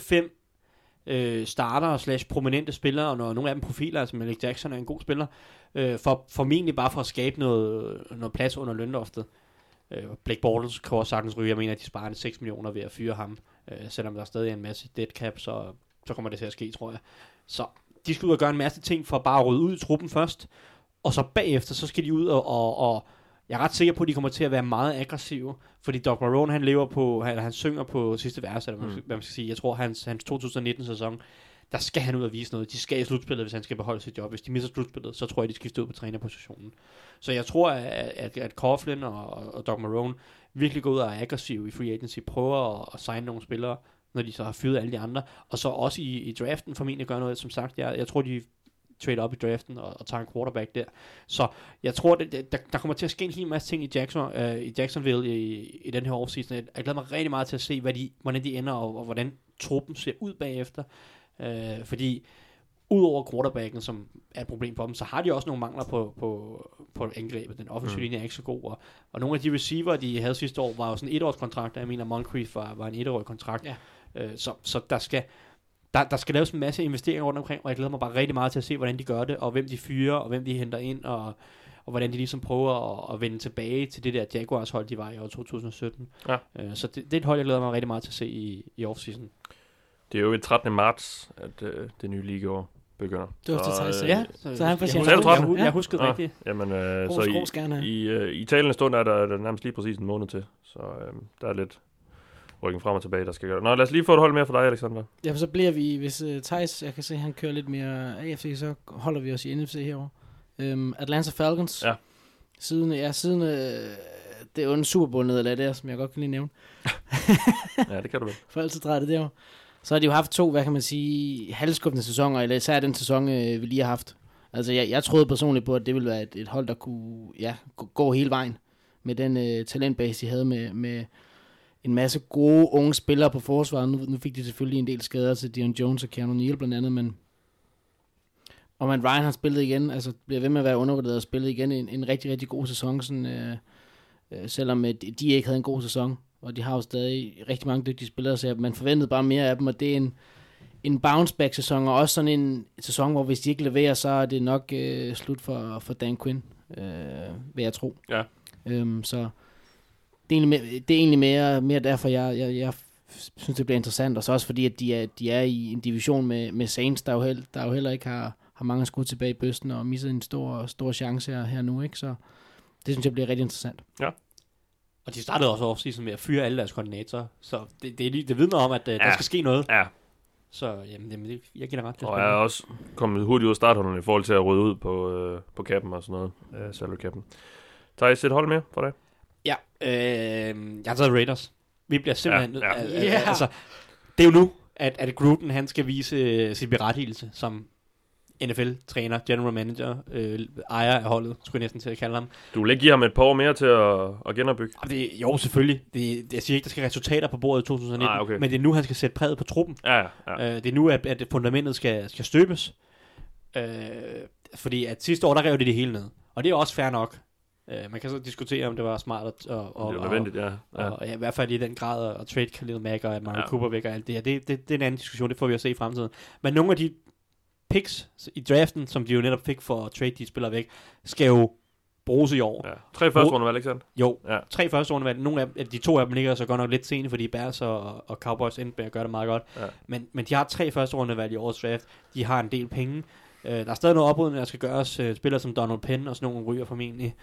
4-5 starter / prominente spillere, og nogle af dem profiler, altså Malik Jackson er en god spiller, formentlig bare for at skabe noget plads under lønloftet. Blake Bortles kan også sagtens ryge. Jeg mener, at de sparer 6 millioner ved at fyre ham, selvom der stadig er en masse dead cap, så kommer det til at ske, tror jeg. Så de skal ud og gøre en masse ting for bare at rydde ud i truppen først, og så bagefter, så skal de ud og jeg er ret sikker på, at de kommer til at være meget aggressive, fordi Doug Marrone, han synger på sidste vers, eller hvad man skal sige. Jeg tror, hans 2019-sæson, der skal han ud og vise noget. De skal i slutspillet, hvis han skal beholde sit job. Hvis de misser slutspillet, så tror jeg, de skifter ud på trænerpositionen. Så jeg tror, at Coughlin og Doug Marrone virkelig går ud og er aggressive i free agency, prøver at signe nogle spillere, når de så har fyret alle de andre, og så også i draften formentlig gør noget, som sagt. Jeg tror, de trade op i draften og tager en quarterback der. Så jeg tror, der kommer til at ske en hel masse ting i Jacksonville i den her offseason. Jeg glæder mig rigtig meget til at se, hvordan de ender, og hvordan truppen ser ud bagefter. Fordi udover quarterbacken, som er et problem for dem, så har de også nogle mangler på angrebet. Den offensive linje er ikke så god, og nogle af de receiver, de havde sidste år, var jo sådan 1-årskontrakter. Jeg mener, Moncrief var en 1-årig kontrakt. Ja. Så der skal laves en masse investeringer rundt omkring, og jeg glæder mig bare rigtig meget til at se, hvordan de gør det, og hvem de fyrer, og hvem de henter ind, og hvordan de ligesom prøver at vende tilbage til det der Jaguars-hold, de var i år 2017. Ja. Så det er et hold, jeg glæder mig rigtig meget til at se i offseason. Det er jo den 13. marts, at det nye ligaår begynder. Det var til Theis. Ja, så han jeg huskede rigtigt. Jamen, så i talende stund er der nærmest lige præcis en måned til, så der er lidt rykken frem og tilbage, der skal gøre. Nå, lad os lige få et hold mere for dig, Alexander. Ja, for så bliver vi, hvis Theis, jeg kan se, han kører lidt mere AFC, så holder vi os i NFC herovre. Atlanta Falcons. Ja. Siden det er jo en Super Bowl nederlag der, som jeg godt kan lige nævne. Ja, det kan du vel. For altid drejer det derovre. så har de jo haft 2, hvad kan man sige, halvskubbende sæsoner, eller især den sæson, vi lige har haft. Altså, jeg troede personligt på, at det ville være et hold, der kunne gå hele vejen med den talentbase, de havde med en masse gode unge spillere på forsvaret. Nu fik de selvfølgelig en del skader til Dion Jones og Keanu Neal blandt andet, men Ryan har spillet igen, altså bliver ved med at være undervurderet og spillet igen en rigtig, rigtig god sæson, sådan, selvom de ikke havde en god sæson, og de har jo stadig rigtig mange dygtige spillere, så man forventede bare mere af dem, og det er en bounce-back-sæson, og også sådan en sæson, hvor hvis de ikke leverer, så er det nok slut for Dan Quinn, vil jeg tro. Ja. Så det er egentlig mere derfor, jeg synes, det bliver interessant, og så også fordi, at de er i en division med Saints, der jo heller ikke har mange skud tilbage i bøsten, og misset en stor chance her nu, ikke? Så det synes jeg bliver rigtig interessant. Ja. Og de startede også offseason med at fyre alle deres koordinatorer, så det vidner om, at der skal ske noget. Ja. Så jamen, jeg giver ret. Og jeg er også kommet hurtigt ud af starthullerne i forhold til at rydde ud på kappen og sådan noget. Salary kappen. Tager I et hold mere for det? Ja, jeg har taget Raiders. Vi bliver simpelthen... Altså, det er jo nu, at Gruden, han skal vise sin berettigelse som NFL-træner, general manager, ejer af holdet, skulle jeg næsten til at kalde ham. Du vil ikke give ham et par år mere til at genopbygge? Jo, selvfølgelig. Jeg siger ikke, der skal resultater på bordet i 2019, okay. men det er nu, han skal sætte præget på truppen. Ja. Det er nu, at fundamentet skal støbes. Fordi at sidste år, der rev det hele ned. Og det er også fair nok. Man kan så diskutere, om det var smart og det var nødvendigt, ja. Og i hvert fald i den grad at trade Khalil Mack og Amari Cooper væk og alt det her. Det er en anden diskussion, det får vi at se i fremtiden. Men nogle af de picks i draften, som de jo netop fik for at trade de spillere væk, skal jo bruges i år. Ja. 3 første rundevalg, ikke sandt? Jo, 3 første rundevalg. Nogle af de 2 af dem ligger så godt nok lidt sene, fordi Bears og Cowboys endte med at gøre det meget godt. Ja. Men de har 3 første rundevalg i årets draft. De har en del penge. Der er stadig noget oprydning, der skal gøres. Spillere som Donald Penn og sådan nogle ryger formentlig.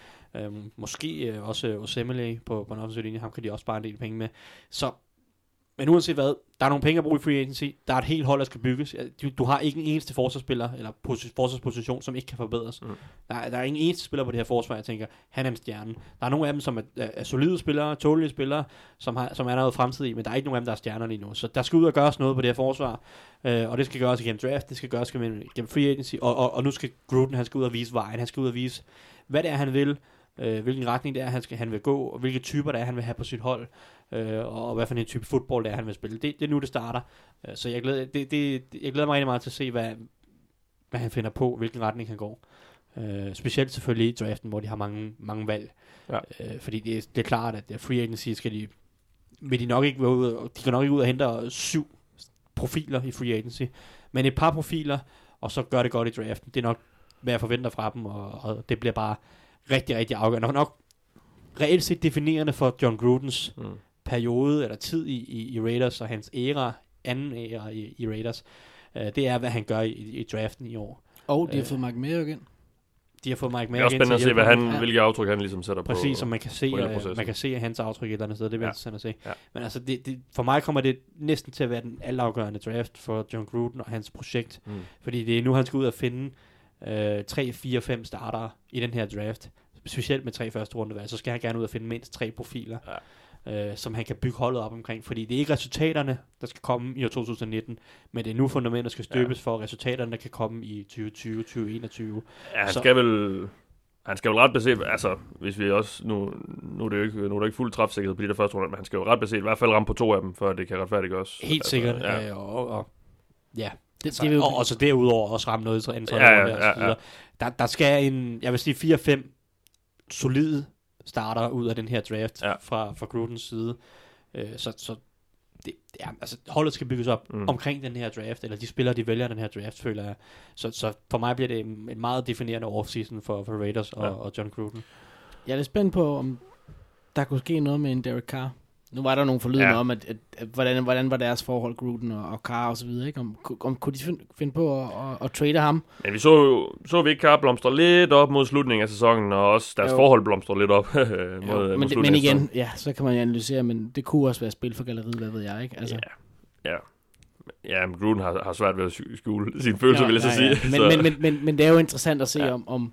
Måske også Osemele på en offensiv linje. Ham kan de også spare en del penge med. Så, men uanset hvad, der er nogle penge at bruge i free agency. Der er et helt hold, der skal bygges. Du har ikke en eneste forsvarsspiller eller forsvarsposition, som ikke kan forbedres. Der er ingen eneste spiller på det her forsvar, jeg tænker, han er en stjerne. Der er nogle af dem, som er solide spillere, tålige spillere, som er noget fremtid i, men der er ikke nogen af dem, der er stjerner lige nu. Så der skal ud og gøres noget på det her forsvar. Og det skal gøres igennem draft, det skal gøres igennem free agency, og nu skal Gruden, han skal ud og vise vejen, han skal ud og vise, hvad det er, han vil, hvilken retning det er, han vil gå, og hvilke typer det er, han vil have på sit hold, og hvad for en type fodbold det er, han vil spille. Det er nu, det starter. Så jeg glæder mig rigtig meget til at se, hvad han finder på, hvilken retning han går. Specielt selvfølgelig i draften, hvor de har mange valg. Ja. Fordi det er klart, at free agency vil de nok ikke være ude, de kan nok ikke ud og hente 7 profiler i free agency, men et par profiler, og så gør det godt i draften. Det er nok, hvad jeg forventer fra dem, og det bliver bare rigtig, rigtig afgørende. Og nok reelt set definerende for John Grudens periode, eller tid i Raiders, og hans anden æra i Raiders, det er, hvad han gør i draften i år. Og de har fået Mike Mayock igen. De har fået Mike Mayock. Det er også spændende at se, hvilke aftryk han ligesom sætter på. Præcis, som man kan se af hans aftryk et eller andet sted. Det bliver interessant at se. Ja. Men altså, for mig kommer det næsten til at være den altafgørende draft for John Gruden og hans projekt. Fordi det er nu, han skal ud og finde 3, 4, 5 starter i den her draft. Specielt med 3 første rundevalg. Så skal han gerne ud og finde mindst 3 profiler. Som han kan bygge holdet op omkring, fordi det er ikke resultaterne, der skal komme i år 2019, men det er nu fundamentet skal støbes for, at resultaterne kan komme i 2020, 2021. Ja, han skal vel ret beset, altså hvis vi også, nu er det jo ikke fuld træfsikkerhed på de der første runde, men han skal jo ret beset i hvert fald ramme på 2 af dem, før det kan retfærdiggøres. Helt altså, sikkert, ja. Og så derudover også ramme noget i tredje runde. Der skal jeg vil sige 4-5 solide starter ud af den her draft fra Grudens side. Så holdet skal bygges op omkring den her draft, eller de spillere, de vælger den her draft, føler jeg. Så for mig bliver det en meget definerende offseason for Raiders og John Gruden. Jeg er lidt spændt på, om der kunne ske noget med en Derek Carr. Nu var der nogle forlydende om, at hvordan var deres forhold, Gruden og Carr og så videre, ikke? Om kunne de finde på at trade ham? Men vi så vi ikke Carr blomstre lidt op mod slutningen af sæsonen, og også deres forhold blomstre lidt op mod slutningen. Men igen, så kan man jo analysere, men det kunne også være spil for galleriet, hvad ved jeg, ikke? Altså. Ja, men Gruden har svært ved at skjule sine følelser, vil jeg så sige. Men det er jo interessant at se, om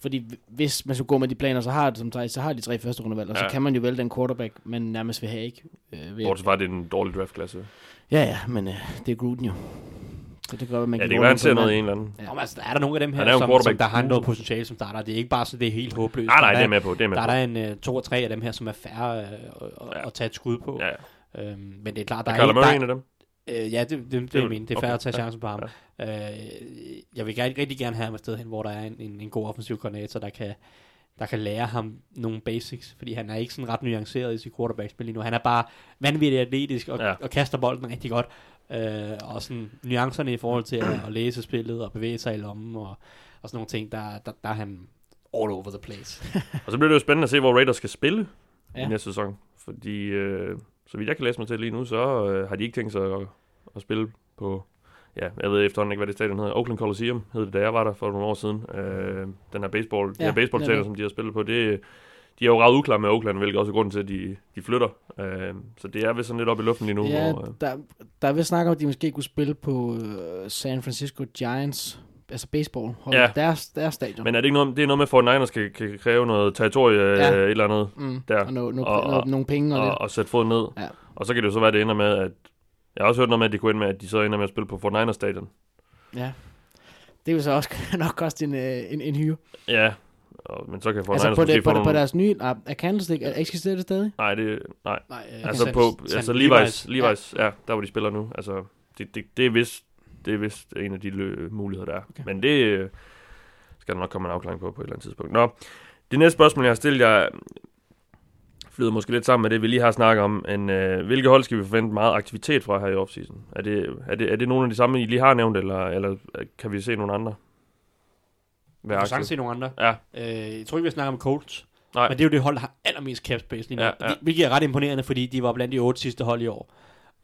fordi hvis man skulle gå med de planer, så har de 3 første rundevalg, og så kan man jo vælge den quarterback, man nærmest vil have, ikke? Bortset var det en dårlig draftklasse. Ja, men det er Gruden jo. Så det kan godt, man det kan være, han ser noget i en eller anden. Ja. Altså, der er der nogle af dem her, som der har noget potentiale som starter. Det er ikke bare så, det er helt håbløst. Nej, det er med på. Der er en 2 og 3 af dem her, som er færre at tage et skud på. Ja. Men det er klart, der er Kyler Murray en af dem? Ja, det er min. Det er færre at tage chancen på ham. Jeg vil rigtig gerne have ham et sted hen, hvor der er en god offensiv koordinator, der kan lære ham nogle basics, fordi han er ikke sådan ret nuanceret i sit quarterback-spil lige nu. Han er bare vanvittigt atletisk og kaster bolden rigtig godt. Og sådan nuancerne i forhold til at læse spillet og bevæge sig i lommen og sådan nogle ting, der er han all over the place. Og så bliver det jo spændende at se, hvor Raiders skal spille i næste sæson. Fordi, så vidt jeg kan læse mig til lige nu, så har de ikke tænkt sig at spille på, jeg ved efterhånden ikke, hvad det stadion hedder. Oakland Coliseum hed det, da jeg var der for nogle år siden. Den her baseball-stadion, som de har spillet på, de er jo ret uklar med Oakland, hvilket også er grunden til, at de flytter. Så det er vist sådan lidt op i luften lige nu. Ja, der er vist snak om, at de måske kunne spille på San Francisco Giants, altså baseball, deres stadion. Men er det ikke noget, det er noget med, for Niners kan kræve noget territorie et eller andet der? Og nogle penge og sætte fod ned. Ja. Og så kan det jo så være, det ender med, at jeg har også hørt noget med, at de kunne ende med, at de så ender med at spille på Fort Niners stadion. Ja, det vil så også nok koste en hyre. Ja, men så kan Fort Niners måske få på deres nye, er Candlestick, eksisterer det stadig? Nej. Altså på Levi's, der hvor de spiller nu. Altså, det er vist en af de muligheder, der er. Okay. Men det skal der nok komme en afklaring på et eller andet tidspunkt. Nå, det næste spørgsmål, jeg har stillet jer, flyder måske lidt sammen med det, vi lige har snakket om. Hvilke hold skal vi forvente meget aktivitet fra her i offseason? Er det nogle af de samme, I lige har nævnt, eller kan vi se nogle andre? Jeg kan sagtens se nogle andre. Ja. Jeg tror ikke, vi snakker om Colts. Nej. Men det er jo det hold, der har allermest cap space lige nu. Ja. Hvilket er ret imponerende, fordi de var blandt de 8 sidste hold i år.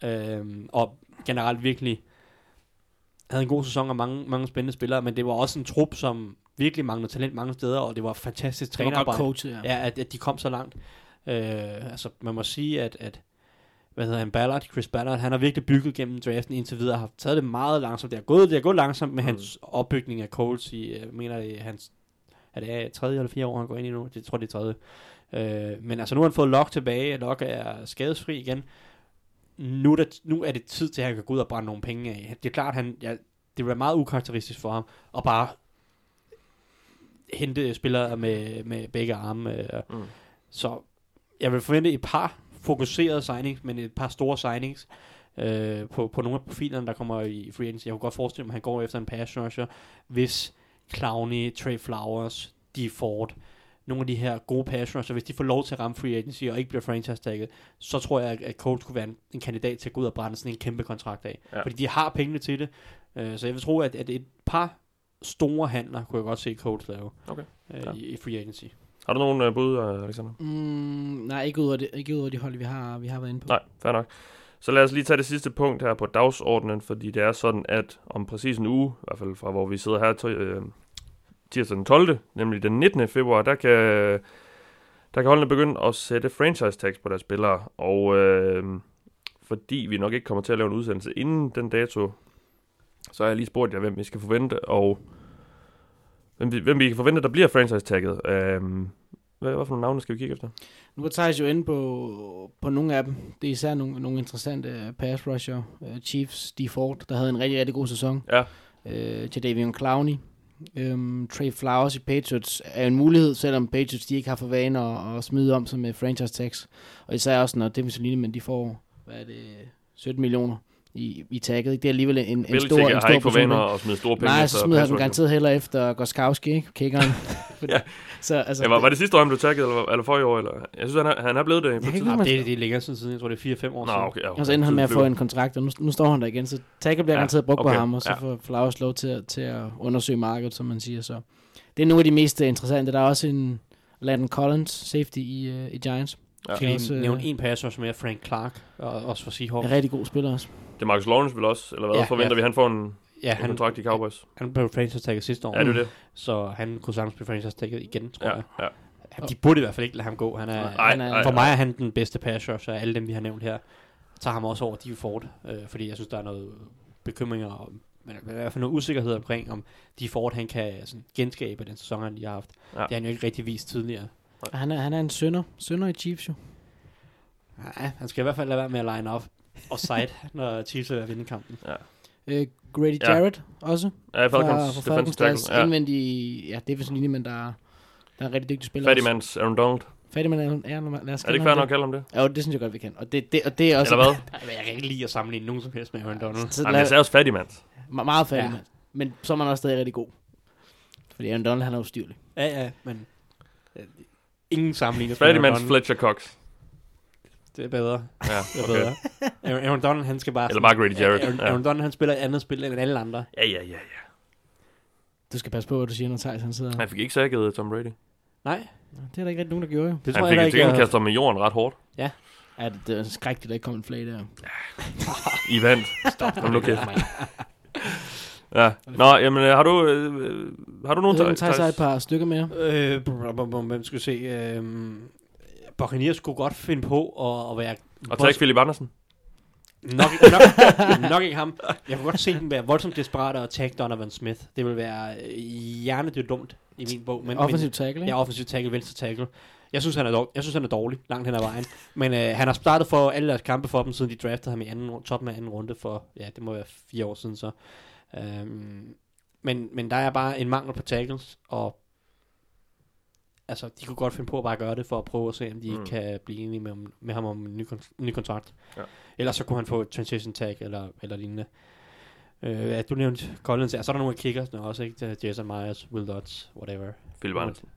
Og generelt virkelig havde en god sæson og mange spændende spillere, men det var også en trup, som virkelig manglede talent mange steder, og det var fantastisk trænerarbejde. Coachet, at de kom så langt. Altså, man må sige, at Chris Ballard, han har virkelig bygget gennem draften indtil videre, har taget det meget langsomt. Det er gået langsomt med hans opbygning af Colts i, jeg mener, er det 3. eller 4 år, han går ind i nu? Jeg tror, det er 3. Men altså, nu har han fået Locke tilbage, Locke er skadesfri igen. Nu er det tid til, at han kan gå ud og brænde nogle penge af. Det er klart, det vil være meget ukarakteristisk for ham, at bare hente spillere med begge arme. Så jeg vil forvente et par fokuserede signings, men et par store signings på nogle af profilerne, der kommer i free agency. Jeg kunne godt forestille mig, at han går efter en pass rusher, hvis Clowney, Trey Flowers, Dee Ford, nogle af de her gode pass rusher, hvis de får lov til at ramme free agency og ikke bliver franchise-tagget, så tror jeg, at Colts kunne være en kandidat til at gå ud og brænde sådan en kæmpe kontrakt af. Ja. Fordi de har pengene til det. Så jeg vil tro, at et par store handler kunne jeg godt se Colts lave i free agency. Har du nogen bud, Alexander? Nej, ikke ud over de hold, vi har været inde på. Nej, fair nok. Så lad os lige tage det sidste punkt her på dagsordenen, fordi det er sådan, at om præcis en uge, i hvert fald fra hvor vi sidder her tirsdag den 12., nemlig den 19. februar, der kan holdene begynde at sætte franchise tags på deres spillere, og fordi vi nok ikke kommer til at lave en udsendelse inden den dato, så har jeg lige spurgt jer, hvem vi skal forvente, og hvem vi kan forvente, der bliver franchise-tagget. Hvad for nogle navne skal vi kigge efter? Nu er Thijs jo inde på nogle af dem. Det er især nogle interessante pass rusher. Chiefs, Dee Ford, der havde en rigtig, rigtig god sæson. Ja. Jadeveon Clowney. Trey Flowers i Patriots er en mulighed, selvom Patriots de ikke har for vane at smide om sig med franchise tags. Og især også, når Devin Solini, de får 17 millioner i tagget. Det er alligevel en stor har ikke for vaner at smide store penge. Nej, så smider han garanteret heller efter Gostkowski, ikke? Kickeren. Ja. Så, altså, var det sidste år, han blev tagget, eller forrige år? Eller? Jeg synes, han er blevet det. Det er længere siden. Jeg tror, det er 4-5 år siden. Okay. Og så ender han med at få en kontrakt, og nu står han der igen. Så tagget bliver garanteret brugt på ham, og så får Flowers lov til at undersøge markedet, som man siger. Så det er nogle af de mest interessante. Der er også en Landon Collins, safety i Giants. Kan vi nævne en passer, som er Frank Clark, og også for Seahawks. En rigtig god spiller også. Det er Marcus Lawrence vel også, eller hvad? Forventer vi, han får en kontrakt i Cowboys? Han blev franchise-tagget sidste år. Ja, det. Så han kunne sagtens blive franchise-tagget igen, tror jeg. Ja. De burde i hvert fald ikke lade ham gå. For mig er han den bedste pass rusher af alle dem, vi har nævnt her. Tager ham også over Dee Ford, fordi jeg synes, der er noget bekymringer men der er i hvert fald noget usikkerhed omkring, om de Ford, han kan sådan, genskabe den sæson, han lige har haft. Ja. Det har han jo ikke rigtig vist tidligere. Han er en sønder i Chiefs jo. Nej, han skal i hvert fald lade være med at line op og side, når Chiefs er ved at vinde kampen. Ja. Grady Jarrett også. Ja, Falcons defensive tackle. Ja. Indvendig, defensive linje, men der er en rigtig dygtig spiller. Fattigmans Aaron Donald. Fattigman er det ikke fair nok at kalde ham det? Jo, det synes jeg godt, vi kan. Og det er også... Eller hvad? Jeg kan ikke lide at sammenligne nogen som helst med Aaron Donald. Jamen, jeg sagde også Fattigmans. Meget Fattigman. Men så er man også stadig rigtig god. Fordi Aaron Donald, han er ustyrlig. Ja, men... ingen sammenligning med Fattigmans Fletcher Cox. Det er bedre. Ja, det er bedre. Aaron Donald, han skal bare... Eller bare Grady Jarrett. Aaron Donald, han spiller et andet spil end alle andre. Ja. Du skal passe på, hvad du siger, når Thijs han sidder... Han fik ikke sækket Tom Brady. Nej. Det er der ikke rigtig nogen, der gjorde jo. Det han fik til gengæld kastet med jorden ret hårdt. Ja. Ja, det er skrækkeligt, at der ikke kom en flag der. I vandt. Stop. Kom nu kæft. Ja. Nå, jamen, har du nogen Thijs har et par stykker mere. Hvem skal se? Buccaneers skulle godt finde på at være... Og tage Philip Andersen. Nok ikke ham. Jeg kunne godt se dem være voldsomt desperate og tagge Donovan Smith. Det vil være hjernedødt dumt i min bog. Offensiv tackle, ikke? Ja, offensiv tackle, venstre tackle. Jeg synes, han er dårlig langt hen ad vejen. Men han har startet for alle deres kampe for dem, siden de draftede ham i toppen af anden runde for, det må være 4 år siden så. Men der er bare en mangel på tackles, og altså, de kunne godt finde på at bare gøre det, for at prøve at se, om de ikke kan blive enige med ham om en ny kontrakt. Ja. Ellers så kunne han få et transition tag, eller lignende. Du nævnte Collins, så er der nogle af kickersne også, ikke? Jason Myers, Will Dodds, whatever. Philip Andersen.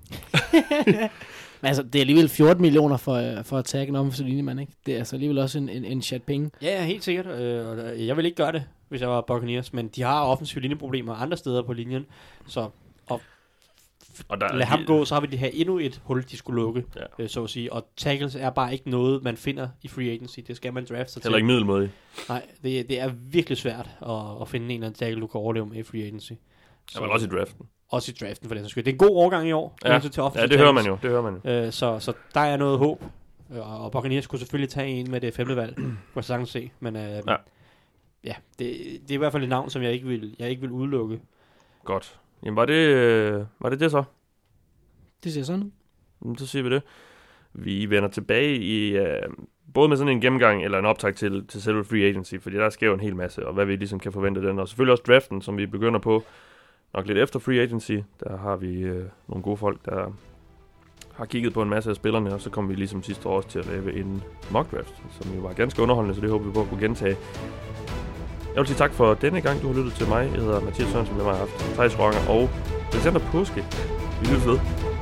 Men altså, det er alligevel 14 millioner for at tagge en offensiv linjemand, ikke? Det er altså alligevel også en chat penge. Ja, helt sikkert. Jeg vil ikke gøre det, hvis jeg var Buccaneers, men de har offensive linjeproblemer andre steder på linjen, så lad ham gå, så har vi det her endnu et hul, de skulle lukke, så at sige. Og tackles er bare ikke noget, man finder i free agency. Det skal man drafte sig til. Heller ikke middelmådig. Nej, det er virkelig svært at finde en eller anden tackle, du kan overleve med i free agency. Ja, men også i draften. Også i draften, for den skyld. Det er en god overgang i år. Ja, det hører man jo. Så der er noget håb. Og Buccaneers skulle selvfølgelig tage en med det 5. valg, kunne jeg sagtens se. Men det er i hvert fald et navn, som jeg ikke vil udelukke. Godt. Jamen, var det så? Det ser sådan ud. Så siger vi det. Vi vender tilbage i både med sådan en gennemgang eller en optag til selve free agency, fordi der sker jo en hel masse, og hvad vi ligesom kan forvente den. Og selvfølgelig også draften, som vi begynder på nok lidt efter free agency. Der har vi nogle gode folk, der har kigget på en masse af spillerne, og så kommer vi ligesom sidste år også til at lave en mock draft, som jo var ganske underholdende, så det håber vi på at kunne gentage. Jeg vil sige tak for denne gang, du har lyttet til mig. Jeg hedder Mathias Sørensen, med mig har haft Thijs Ronger og Alexander Påske. Vi lyttes ved.